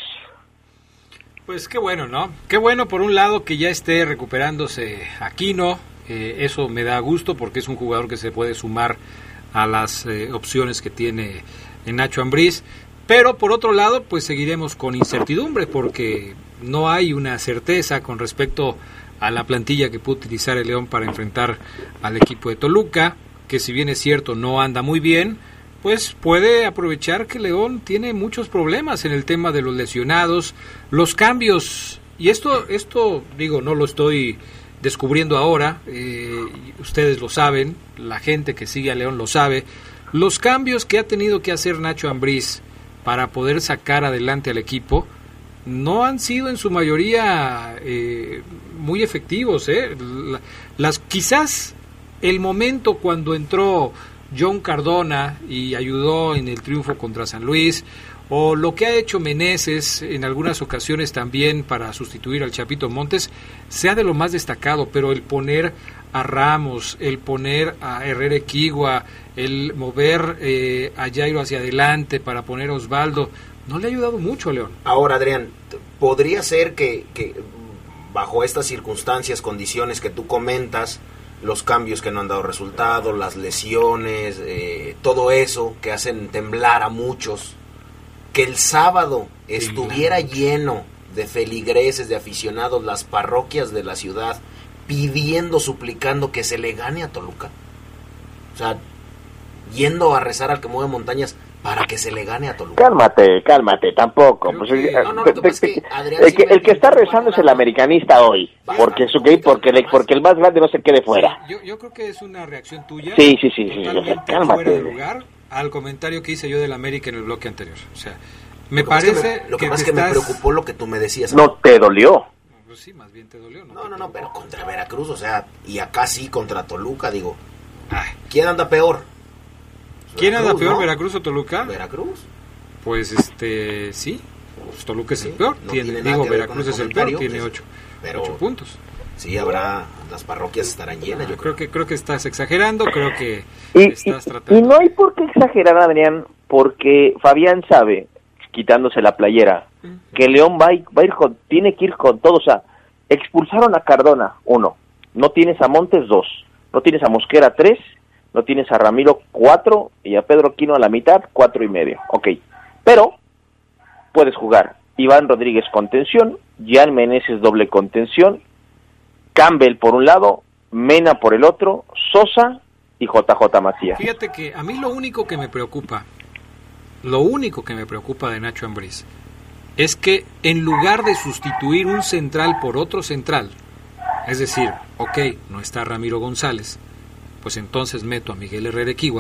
Pues qué bueno, ¿no? Qué bueno, por un lado, que ya esté recuperándose Aquino, eh, eso me da gusto, porque es un jugador que se puede sumar a las eh, opciones que tiene Nacho Ambriz, pero por otro lado, pues seguiremos con incertidumbre, porque no hay una certeza con respecto a la plantilla que puede utilizar el León para enfrentar al equipo de Toluca, que si bien es cierto no anda muy bien, pues puede aprovechar que León tiene muchos problemas en el tema de los lesionados, los cambios, y esto, esto digo, no lo estoy descubriendo ahora, eh, ustedes lo saben, la gente que sigue a León lo sabe, los cambios que ha tenido que hacer Nacho Ambriz para poder sacar adelante al equipo no han sido en su mayoría eh, muy efectivos, eh. Las, quizás el momento cuando entró John Cardona y ayudó en el triunfo contra San Luis, o lo que ha hecho Meneses en algunas ocasiones también para sustituir al Chapito Montes, sea de lo más destacado, pero el poner a Ramos, el poner a Herrera Equigua, el mover eh, a Jairo hacia adelante para poner a Osvaldo, no le ha ayudado mucho a León. Ahora, Adrián, podría ser que, que bajo estas circunstancias, condiciones que tú comentas, los cambios que no han dado resultado, las lesiones, eh, todo eso que hacen temblar a muchos, que el sábado estuviera lleno de feligreses, de aficionados, las parroquias de la ciudad, pidiendo, suplicando que se le gane a Toluca. O sea, yendo a rezar al que mueve montañas, para que se le gane a Toluca. Cálmate, cálmate, tampoco. Pues, que, eh, no, no, te- lo que pasa te- es que Adrián el, sí que, me el que está dijo rezando es el panorama. americanista hoy, Basta, porque su un poquito porque, de el- porque el más grande no se quede fuera. Yo, yo creo que es una reacción tuya. Sí, sí, sí, sí, Totalmente o sea, cálmate. fuera de lugar al comentario que hice yo del América en el bloque anterior. O sea, me Lo que pasa es parece que me- Lo que que pasa es te que me estás- preocupó lo que tú me decías. No te dolió. Pues sí, más bien te dolió, ¿no? No, no, no, pero contra Veracruz, o sea, y acá sí contra Toluca, digo. Ay, ¿Quién anda peor? ¿quién anda Veracruz, peor, ¿no? Veracruz o Toluca? Veracruz. Pues este, sí. Pues Toluca es Sí, el peor. no tiene, tiene nada digo, que ver Veracruz con el es el peor, comentario, tiene pues, ocho, pero- ocho puntos. Sí, habrá, las parroquias estarán llenas, yo Yo creo que creo que estás exagerando, creo que Y, estás y- tratando. y no hay por qué exagerar, Adrián, porque Fabián sabe, quitándose la playera, que León va a ir, va a ir con, tiene que ir con todo. O sea, expulsaron a Cardona, uno. No tienes a Montes, dos. No tienes a Mosquera, tres. No tienes a Ramiro, cuatro. Y a Pedro Quino a la mitad, cuatro y medio. Ok. Pero puedes jugar Iván Rodríguez contención, Jan Meneses doble contención, Campbell por un lado, Mena por el otro, Sosa y J J Macías. Fíjate que a mí lo único que me preocupa, lo único que me preocupa de Nacho Ambriz es que en lugar de sustituir un central por otro central, es decir, ok, no está Ramiro González, pues entonces meto a Miguel Herrera Equigua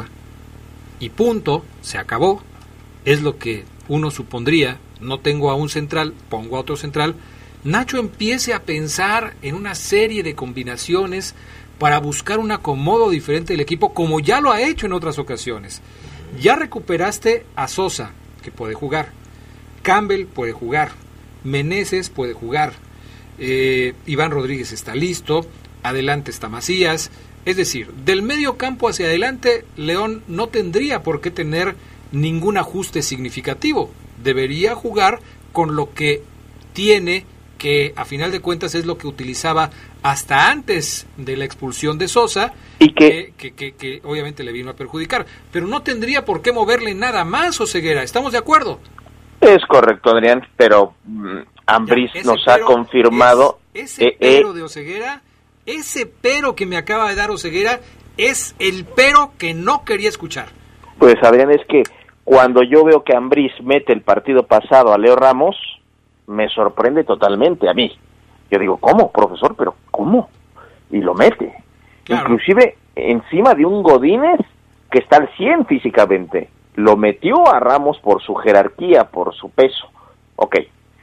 y punto, se acabó, es lo que uno supondría, no tengo a un central, pongo a otro central. Nacho empiece a pensar en una serie de combinaciones para buscar un acomodo diferente del equipo, como ya lo ha hecho en otras ocasiones. Ya recuperaste a Sosa, que puede jugar, Campbell puede jugar, Meneses puede jugar, eh, Iván Rodríguez está listo, adelante está Macías. Es decir, del medio campo hacia adelante, León no tendría por qué tener ningún ajuste significativo. Debería jugar con lo que tiene, que a final de cuentas es lo que utilizaba hasta antes de la expulsión de Sosa, Y que, que, que, que, que obviamente le vino a perjudicar. Pero no tendría por qué moverle nada más, Oseguera. ¿Estamos de acuerdo? es correcto, Adrián, pero mm, Ambriz Ya, ese nos ha pero confirmado. es- ese eh, pero eh, de Oseguera, ese pero que me acaba de dar Oseguera, es el pero que no quería escuchar. Pues, Adrián, es que cuando yo veo que Ambriz mete el partido pasado a Leo Ramos, me sorprende totalmente a mí. Yo digo, ¿cómo, profesor? ¿Pero cómo? Y lo mete. Claro. Inclusive encima de un Godínez que está al cien físicamente. Lo metió a Ramos por su jerarquía, por su peso. Ok.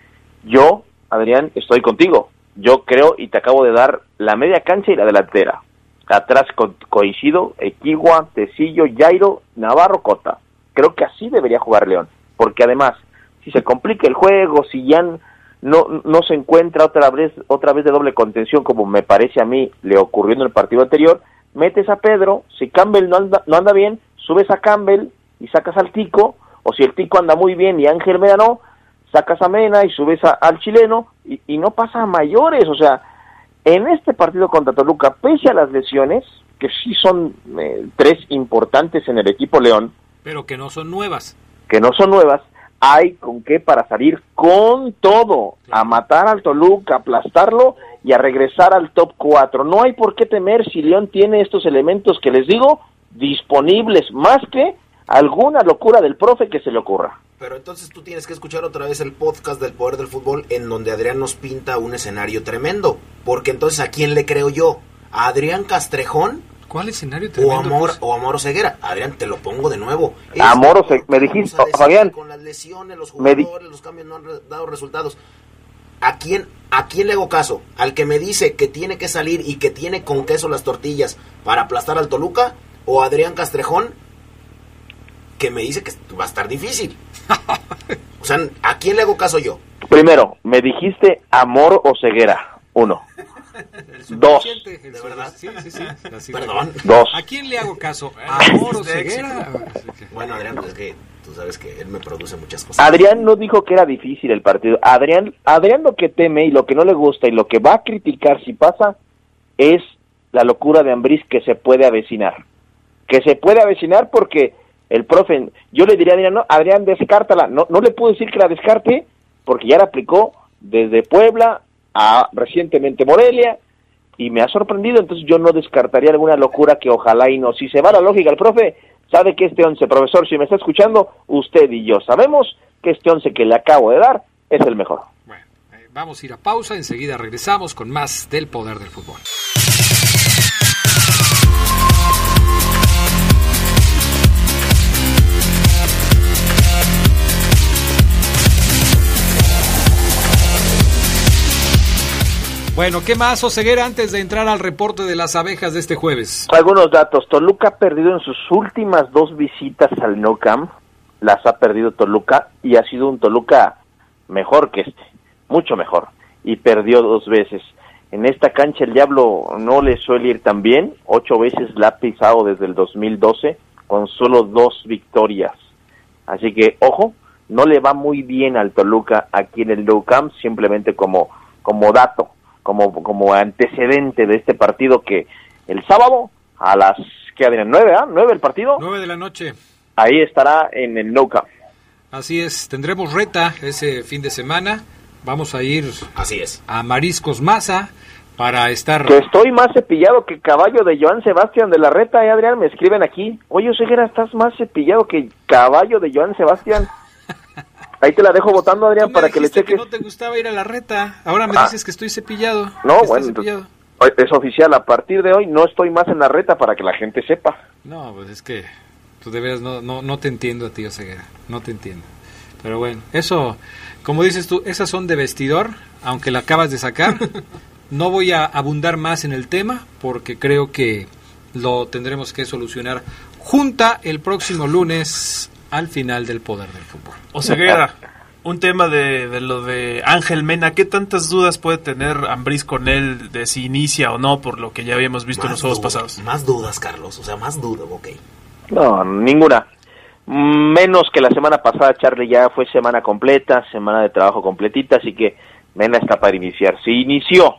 Yo, Adrián, estoy contigo. Yo creo, y te acabo de dar la media cancha y la delantera. Atrás co- coincido, Equigua, Tecillo, Jairo, Navarro, Cota. Creo que así debería jugar León. Porque además, si se complica el juego, si ya no, no se encuentra otra vez, otra vez de doble contención, como me parece a mí le ocurrió en el partido anterior, metes a Pedro, si Campbell no anda, no anda bien, subes a Campbell y sacas al Tico, o si el Tico anda muy bien y Ángel Mena no, sacas a Mena y subes a, al chileno, y, y no pasa a mayores. O sea, en este partido contra Toluca, pese a las lesiones, que sí son eh, tres importantes en el equipo León, Pero que no son nuevas. que no son nuevas, hay con qué para salir con todo, a matar al Toluca, aplastarlo y a regresar al top cuatro. No hay por qué temer si León tiene estos elementos que les digo disponibles, más que alguna locura del profe que se le ocurra. Pero entonces tú tienes que escuchar otra vez el podcast del Poder del Fútbol, en donde Adrián nos pinta un escenario tremendo. Porque entonces, ¿a quién le creo yo? ¿A Adrián Castrejón ¿Cuál escenario o tremendo? Amor, pues? o Amor Oseguera? Adrián, te lo pongo de nuevo. Es Amor lo que Ose- me vamos dijiste, a decir, Fabián, con las lesiones, los me di- jugadores, los cambios no han re- dado resultados. ¿A quién, ¿A quién le hago caso? ¿Al que me dice que tiene que salir y que tiene con queso las tortillas para aplastar al Toluca? ¿O a Adrián Castrejón, que me dice que va a estar difícil? O sea, ¿a quién le hago caso yo? Primero, me dijiste Amor o Ceguera, uno. Dos. Suficiente, el ¿De sufic- verdad? Sí, sí, sí. Así Perdón. de- Dos. ¿A quién le hago caso? Ah, ¿A Amor o es de Ceguera? Bueno, Adrián, pues es que tú sabes que él me produce muchas cosas. Adrián no dijo que era difícil el partido. Adrián, Adrián lo que teme y lo que no le gusta y lo que va a criticar si pasa es la locura de Ambriz que se puede avecinar. Que se puede avecinar porque el profe, yo le diría a Adrián, no, Adrián, descártala. No, no le puedo decir que la descarte porque ya la aplicó desde Puebla a recientemente Morelia y me ha sorprendido. Entonces yo no descartaría alguna locura que ojalá y no. Si se va la lógica el profe, sabe que este once, profesor, si me está escuchando, usted y yo sabemos que este once que le acabo de dar es el mejor. Bueno, eh, vamos a ir a pausa, enseguida regresamos con más del poder del fútbol. Bueno, ¿qué más, Oseguera, antes de entrar al reporte de las abejas de este jueves? Algunos datos. Toluca ha perdido en sus últimas dos visitas al Nou Camp. Las ha perdido Toluca y ha sido un Toluca mejor que este, mucho mejor. Y perdió dos veces. En esta cancha el Diablo no le suele ir tan bien. Ocho veces la ha pisado desde el dos mil doce con solo dos victorias. Así que, ojo, no le va muy bien al Toluca aquí en el Nou Camp, simplemente como, como dato. Como, como antecedente de este partido que el sábado a las, ¿qué Adrián? ¿Nueve, ah? ¿Nueve el partido? Nueve de la noche. Ahí estará en el Nou Camp. Así es, tendremos reta ese fin de semana. Vamos a ir Así es. a Mariscos Maza para estar... Que estoy más cepillado que caballo de Joan Sebastián de la Reta, ¿eh, Adrián? Me escriben aquí. Oye, Oseguera, estás más cepillado que caballo de Joan Sebastián. Ahí te la dejo votando, Adrián, para que le cheques. Que no te gustaba ir a la reta. Ahora me ah. dices que estoy cepillado. No, que bueno, cepillado. Es oficial. A partir de hoy no estoy más en la reta para que la gente sepa. No, pues es que tú de veras no, no, no te entiendo a ti, Oseguera. No te entiendo. Pero bueno, eso, como dices tú, esas son de vestidor, aunque la acabas de sacar. No voy a abundar más en el tema porque creo que lo tendremos que solucionar junta el próximo lunes al final del poder del fútbol. Oseguera, un tema de, de lo de Ángel Mena, ¿qué tantas dudas puede tener Ambriz con él de si inicia o no por lo que ya habíamos visto más en los juegos dudas, pasados? Más dudas, Carlos, o sea, más dudas, ok. No, ninguna. Menos que la semana pasada, Charlie, ya fue semana completa, semana de trabajo completita, así que Mena está para iniciar. Si inició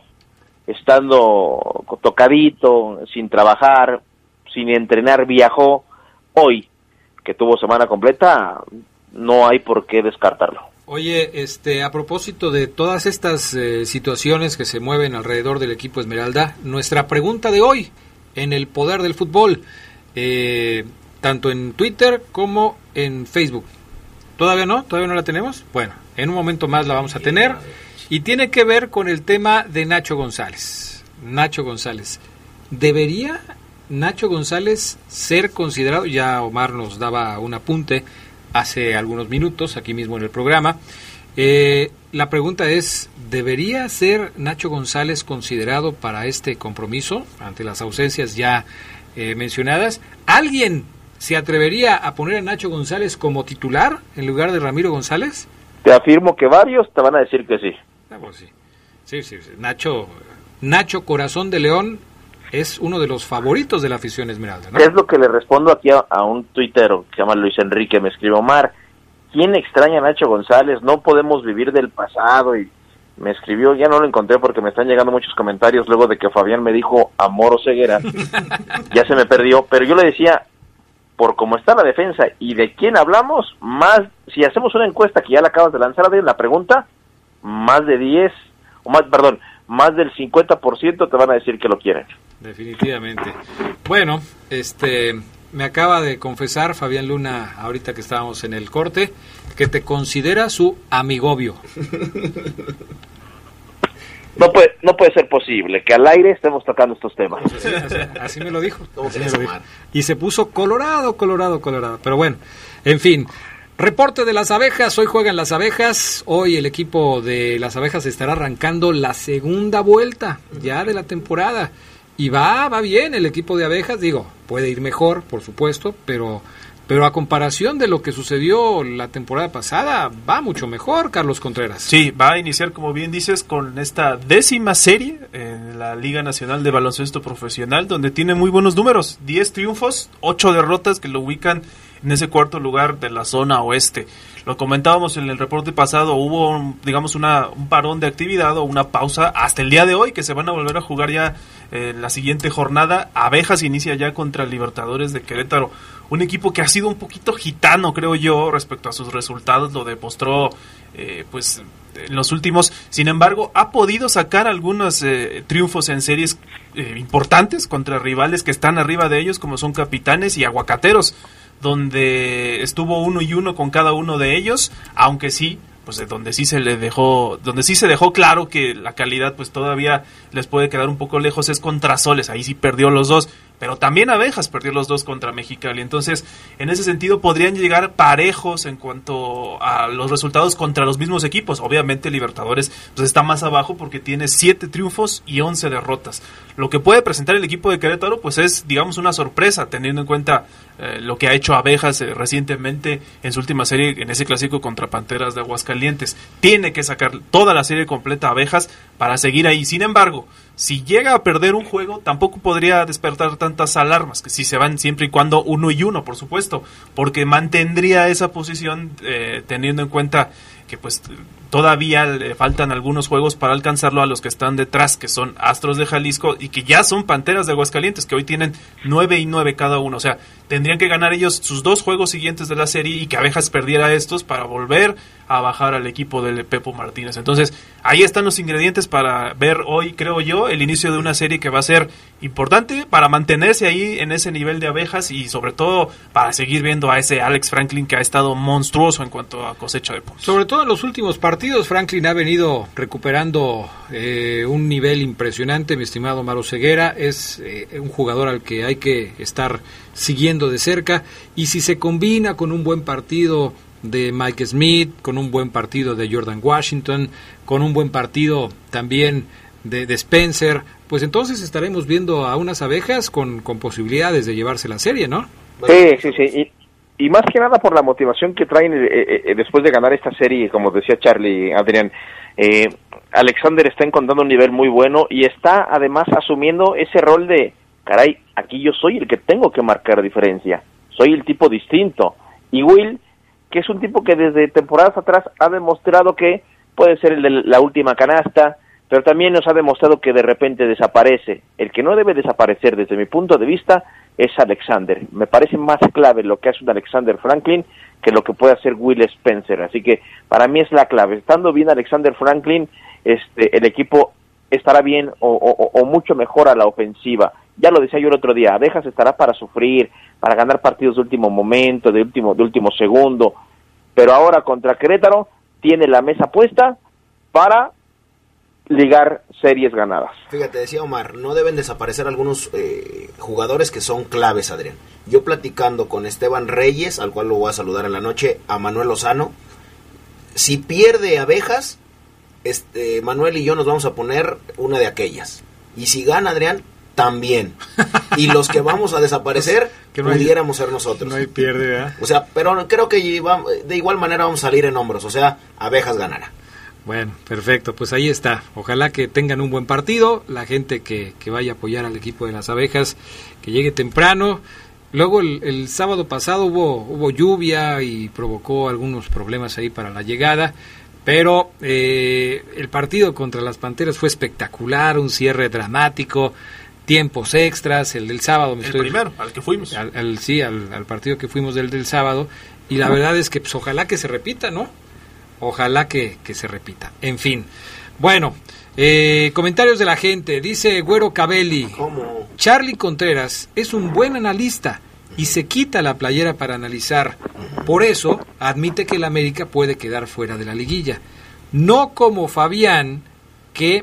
estando tocadito, sin trabajar, sin entrenar, viajó, hoy que tuvo semana completa, no hay por qué descartarlo. Oye, este, a propósito de todas estas eh, situaciones que se mueven alrededor del equipo Esmeralda, nuestra pregunta de hoy en el poder del fútbol, eh, tanto en Twitter como en Facebook. ¿Todavía no? ¿Todavía no la tenemos? Bueno, en un momento más la vamos a tener y tiene que ver con el tema de Nacho González. Nacho González, ¿debería Nacho González ser considerado? Ya Omar nos daba un apunte hace algunos minutos aquí mismo en el programa. Eh, la pregunta es, ¿debería ser Nacho González considerado para este compromiso ante las ausencias ya eh, mencionadas? ¿Alguien se atrevería a poner a Nacho González como titular en lugar de Ramiro González? Te afirmo que varios te van a decir que sí. Ah, pues sí. Sí, sí, sí. Nacho, Nacho Corazón de León es uno de los favoritos de la afición Esmeralda, ¿no? Es lo que le respondo aquí a, a un tuitero que se llama Luis Enrique, me escribe: Omar, ¿quién extraña a Nacho González? No podemos vivir del pasado. Y me escribió, ya no lo encontré porque me están llegando muchos comentarios luego de que Fabián me dijo amor Oseguera. Ya se me perdió, pero yo le decía, por cómo está la defensa y de quién hablamos, más, si hacemos una encuesta que ya la acabas de lanzar, de la pregunta, más de diez, o más, perdón, más del cincuenta por ciento te van a decir que lo quieren. Definitivamente. Bueno, este, me acaba de confesar Fabián Luna, ahorita que estábamos en el corte, que te considera su amigobio. No puede, no puede ser posible que al aire estemos tocando estos temas. Así, así, así me lo dijo. Así me lo dijo. Y se puso colorado, colorado, colorado. Pero bueno, en fin. Reporte de las abejas, hoy juegan las abejas, hoy el equipo de las abejas estará arrancando la segunda vuelta ya de la temporada y va, va bien el equipo de abejas, digo, puede ir mejor, por supuesto, pero, pero a comparación de lo que sucedió la temporada pasada, va mucho mejor, Carlos Contreras. Sí, va a iniciar, como bien dices, con esta décima serie en la Liga Nacional de Baloncesto Profesional, donde tiene muy buenos números, diez triunfos, ocho derrotas que lo ubican en ese cuarto lugar de la zona oeste. Lo comentábamos en el reporte pasado, hubo, un, digamos, una, un parón de actividad o una pausa hasta el día de hoy, que se van a volver a jugar ya en eh, la siguiente jornada. Abejas inicia ya contra Libertadores de Querétaro, un equipo que ha sido un poquito gitano, creo yo, respecto a sus resultados, lo demostró eh, pues en los últimos. Sin embargo, ha podido sacar algunos eh, triunfos en series eh, importantes contra rivales que están arriba de ellos, como son Capitanes y Aguacateros. donde estuvo uno y uno con cada uno de ellos, aunque sí, pues de donde sí se le dejó, donde sí se dejó claro que la calidad pues todavía les puede quedar un poco lejos es contra Soles, ahí sí perdió los dos, pero también Abejas perdió los dos contra Mexicali, entonces en ese sentido podrían llegar parejos en cuanto a los resultados contra los mismos equipos. Obviamente Libertadores pues está más abajo porque tiene siete triunfos y once derrotas. Lo que puede presentar el equipo de Querétaro pues es, digamos, una sorpresa, teniendo en cuenta eh, lo que ha hecho Abejas eh, recientemente en su última serie, en ese clásico contra Panteras de Aguascalientes. Tiene que sacar toda la serie completa a Abejas para seguir ahí. Sin embargo, si llega a perder un juego, tampoco podría despertar tantas alarmas, que si se van siempre y cuando uno y uno, por supuesto, porque mantendría esa posición eh, teniendo en cuenta que pues todavía le faltan algunos juegos para alcanzarlo a los que están detrás, que son Astros de Jalisco y que ya son Panteras de Aguascalientes, que hoy tienen nueve y nueve cada uno. O sea, tendrían que ganar ellos sus dos juegos siguientes de la serie y que Abejas perdiera estos para volver a bajar al equipo del Pepo Martínez. Entonces, ahí están los ingredientes para ver hoy, creo yo, el inicio de una serie que va a ser importante para mantenerse ahí en ese nivel de Abejas y sobre todo para seguir viendo a ese Alex Franklin que ha estado monstruoso en cuanto a cosecha de puntos. Sobre todo en los últimos partidos, Franklin ha venido recuperando eh, un nivel impresionante, mi estimado Maro Ceguera. Es eh, un jugador al que hay que estar siguiendo de cerca, y si se combina con un buen partido de Mike Smith, con un buen partido de Jordan Washington, con un buen partido también de, de Spencer, pues entonces estaremos viendo a unas Abejas con, con posibilidades de llevarse la serie, ¿no? Sí, sí, sí, y, y más que nada por la motivación que traen eh, eh, después de ganar esta serie, como decía Charlie, Adrián. eh, Alexander está encontrando un nivel muy bueno y está además asumiendo ese rol de, caray, aquí yo soy el que tengo que marcar diferencia, soy el tipo distinto. Y Will, que es un tipo que desde temporadas atrás ha demostrado que puede ser el de la última canasta, pero también nos ha demostrado que de repente desaparece. El que no debe desaparecer desde mi punto de vista es Alexander. Me parece más clave lo que hace un Alexander Franklin que lo que puede hacer Will Spencer. Así que para mí es la clave. Estando bien Alexander Franklin, este, el equipo estará bien o, o, o mucho mejor a la ofensiva. Ya lo decía yo el otro día, Abejas estará para sufrir, para ganar partidos de último momento, de último, de último segundo, pero ahora contra Querétaro tiene la mesa puesta para ligar series ganadas. Fíjate, decía Omar, no deben desaparecer algunos eh, jugadores que son claves, Adrián. Yo platicando con Esteban Reyes, al cual lo voy a saludar en la noche, a Manuel Lozano, si pierde Abejas, este, Manuel y yo nos vamos a poner una de aquellas. Y si gana Adrián, también. Y los que vamos a desaparecer, que no pudiéramos hay, ser nosotros. No hay pierde, ¿verdad? O sea, pero creo que de igual manera vamos a salir en hombros. O sea, Abejas ganará. Bueno, perfecto, pues ahí está. Ojalá que tengan un buen partido, la gente que, que vaya a apoyar al equipo de las Abejas, que llegue temprano. Luego el, el sábado pasado hubo, hubo lluvia y provocó algunos problemas ahí para la llegada, pero eh, el partido contra las Panteras fue espectacular, un cierre dramático, tiempos extras, el del sábado. Me el estoy, primero, al que fuimos. Al, al, sí, al, al partido que fuimos del, del sábado, y la verdad es que pues ojalá que se repita, ¿no? Ojalá que, que se repita. En fin. Bueno, eh, comentarios de la gente. Dice Güero Cabelli. ¿Cómo? Charlie Contreras es un buen analista y se quita la playera para analizar. Por eso admite que el América puede quedar fuera de la liguilla. No como Fabián, que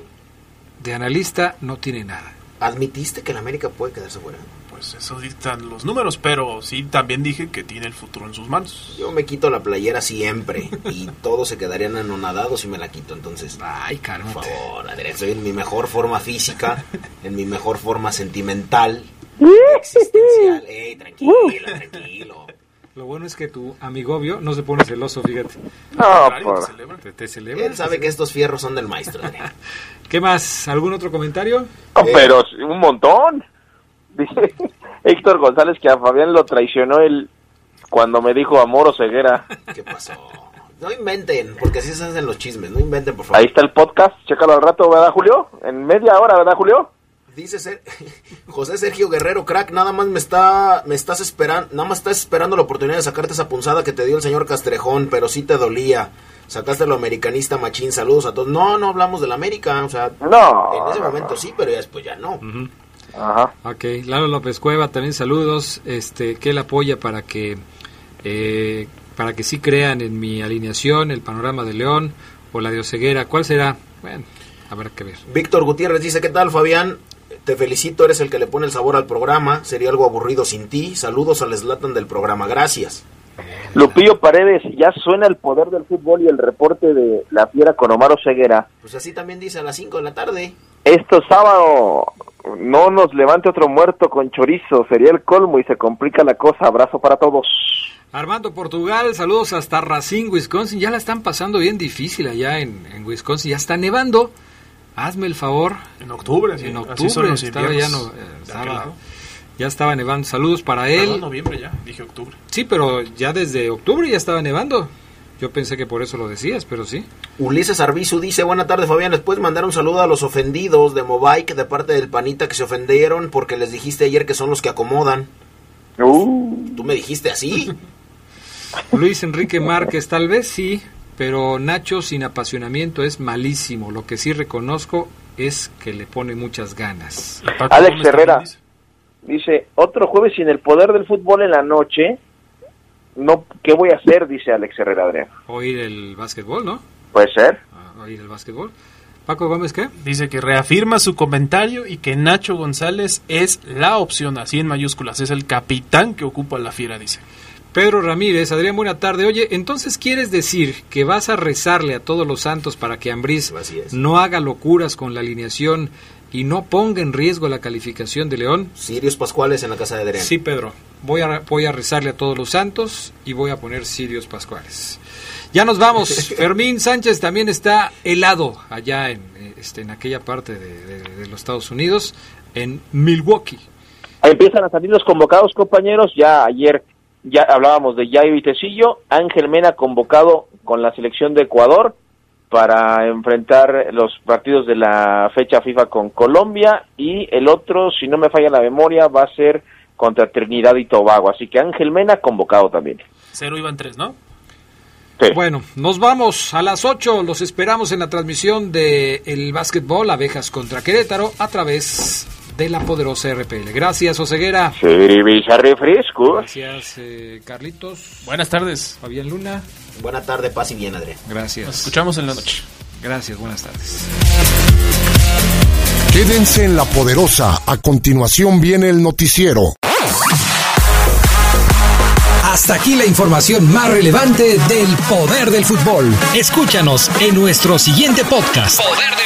de analista no tiene nada. ¿Admitiste que el América puede quedarse fuera? Pues eso dictan los números, pero sí también dije que tiene el futuro en sus manos. Yo me quito la playera siempre y todos se quedarían anonadados si me la quito, entonces. Ay, cálmate. Por favor, Adrián, estoy en mi mejor forma física, en mi mejor forma sentimental, existencial. Ey, tranquilo, tranquilo. Lo bueno es que tu amigobio no se pone celoso, fíjate. No, por... te, te celebra. Él sabe que estos fierros son del maestro, Adrián. ¿Qué más? ¿Algún otro comentario? No, pero un montón. Dice Héctor González que a Fabián lo traicionó él cuando me dijo amor o ceguera. ¿Qué pasó? No inventen, porque así se hacen los chismes. No inventen, por favor. Ahí está el podcast, chécalo al rato, ¿verdad, Julio? En media hora, ¿verdad, Julio? Dice Ser... José Sergio Guerrero, crack, nada más me está me estás esperando, nada más estás esperando la oportunidad de sacarte esa punzada que te dio el señor Castrejón, pero sí te dolía. Sacaste lo americanista machín, saludos a todos. No, no hablamos del América, o sea, no, en ese no, momento no. sí, pero ya después ya no. Uh-huh. Ajá. Ok, Lalo López Cueva, también saludos, este, que él apoya para que, eh, para que sí crean en mi alineación, el panorama de León o la de Oseguera. ¿Cuál será? Bueno, habrá que ver. Víctor Gutiérrez dice, ¿qué tal, Fabián? Te felicito, eres el que le pone el sabor al programa. Sería algo aburrido sin ti. Saludos al Zlatan del programa. Gracias. Lupillo Paredes, ya suena el poder del fútbol y el reporte de la Fiera con Omar Oseguera. Pues así también dice a las cinco de la tarde. Esto sábado, no nos levante otro muerto con chorizo, sería el colmo y se complica la cosa. Abrazo para todos. Armando Portugal, saludos hasta Racine, Wisconsin. Ya la están pasando bien difícil allá en, en Wisconsin. Ya está nevando. Hazme el favor. En octubre, sí. En Así octubre son los estaba ya, no, eh, estaba, ya estaba nevando. Saludos para él. Perdón, noviembre ya, dije octubre. Sí, pero ya desde octubre ya estaba nevando. Yo pensé que por eso lo decías, pero sí. Ulises Arbizu dice, buena tarde, Fabián, ¿les puedes mandar un saludo a los ofendidos de Mobike de parte del Panita que se ofendieron porque les dijiste ayer que son los que acomodan? Uh. ¿Tú me dijiste así? Luis Enrique Márquez, tal vez sí, pero Nacho sin apasionamiento es malísimo. Lo que sí reconozco es que le pone muchas ganas. Alex Herrera dice, otro jueves sin el poder del fútbol en la noche. No, ¿qué voy a hacer? Dice Alex Herrera, Adrián. Oír el básquetbol, ¿no? Puede ser. Ah, oír el básquetbol. Paco Gómez, ¿qué? Dice que reafirma su comentario y que Nacho González es la opción, así en mayúsculas, es el capitán que ocupa la Fiera, dice. Pedro Ramírez, Adrián, buena tarde. Oye, entonces ¿quieres decir que vas a rezarle a todos los santos para que Ambriz no haga locuras con la alineación y no ponga en riesgo la calificación de León? Sirios Pascuales en la casa de Adrián. Sí, Pedro. Voy a, voy a rezarle a todos los santos y voy a poner Sirios Pascuales. Ya nos vamos. Fermín Sánchez también está helado allá en, este, en aquella parte de, de, de los Estados Unidos, en Milwaukee. Ahí empiezan a salir los convocados, compañeros. Ya ayer ya hablábamos de Yayo y Tecillo. Ángel Mena convocado con la selección de Ecuador para enfrentar los partidos de la fecha FIFA con Colombia, y el otro, si no me falla la memoria, va a ser contra Trinidad y Tobago, así que Ángel Mena convocado también. Cero iban tres, ¿no? Sí. Bueno, nos vamos a las ocho, los esperamos en la transmisión de el básquetbol Abejas contra Querétaro a través de la poderosa R P L. Gracias, Oseguera. Cerveza refresco. Gracias, eh, Carlitos. Buenas tardes. Fabián Luna. Buena tarde, paz y bien, Adrián. Gracias. Nos escuchamos en la noche. Gracias, buenas tardes. Quédense en La Poderosa. A continuación viene el noticiero. Hasta aquí la información más relevante del poder del fútbol. Escúchanos en nuestro siguiente podcast. Poder del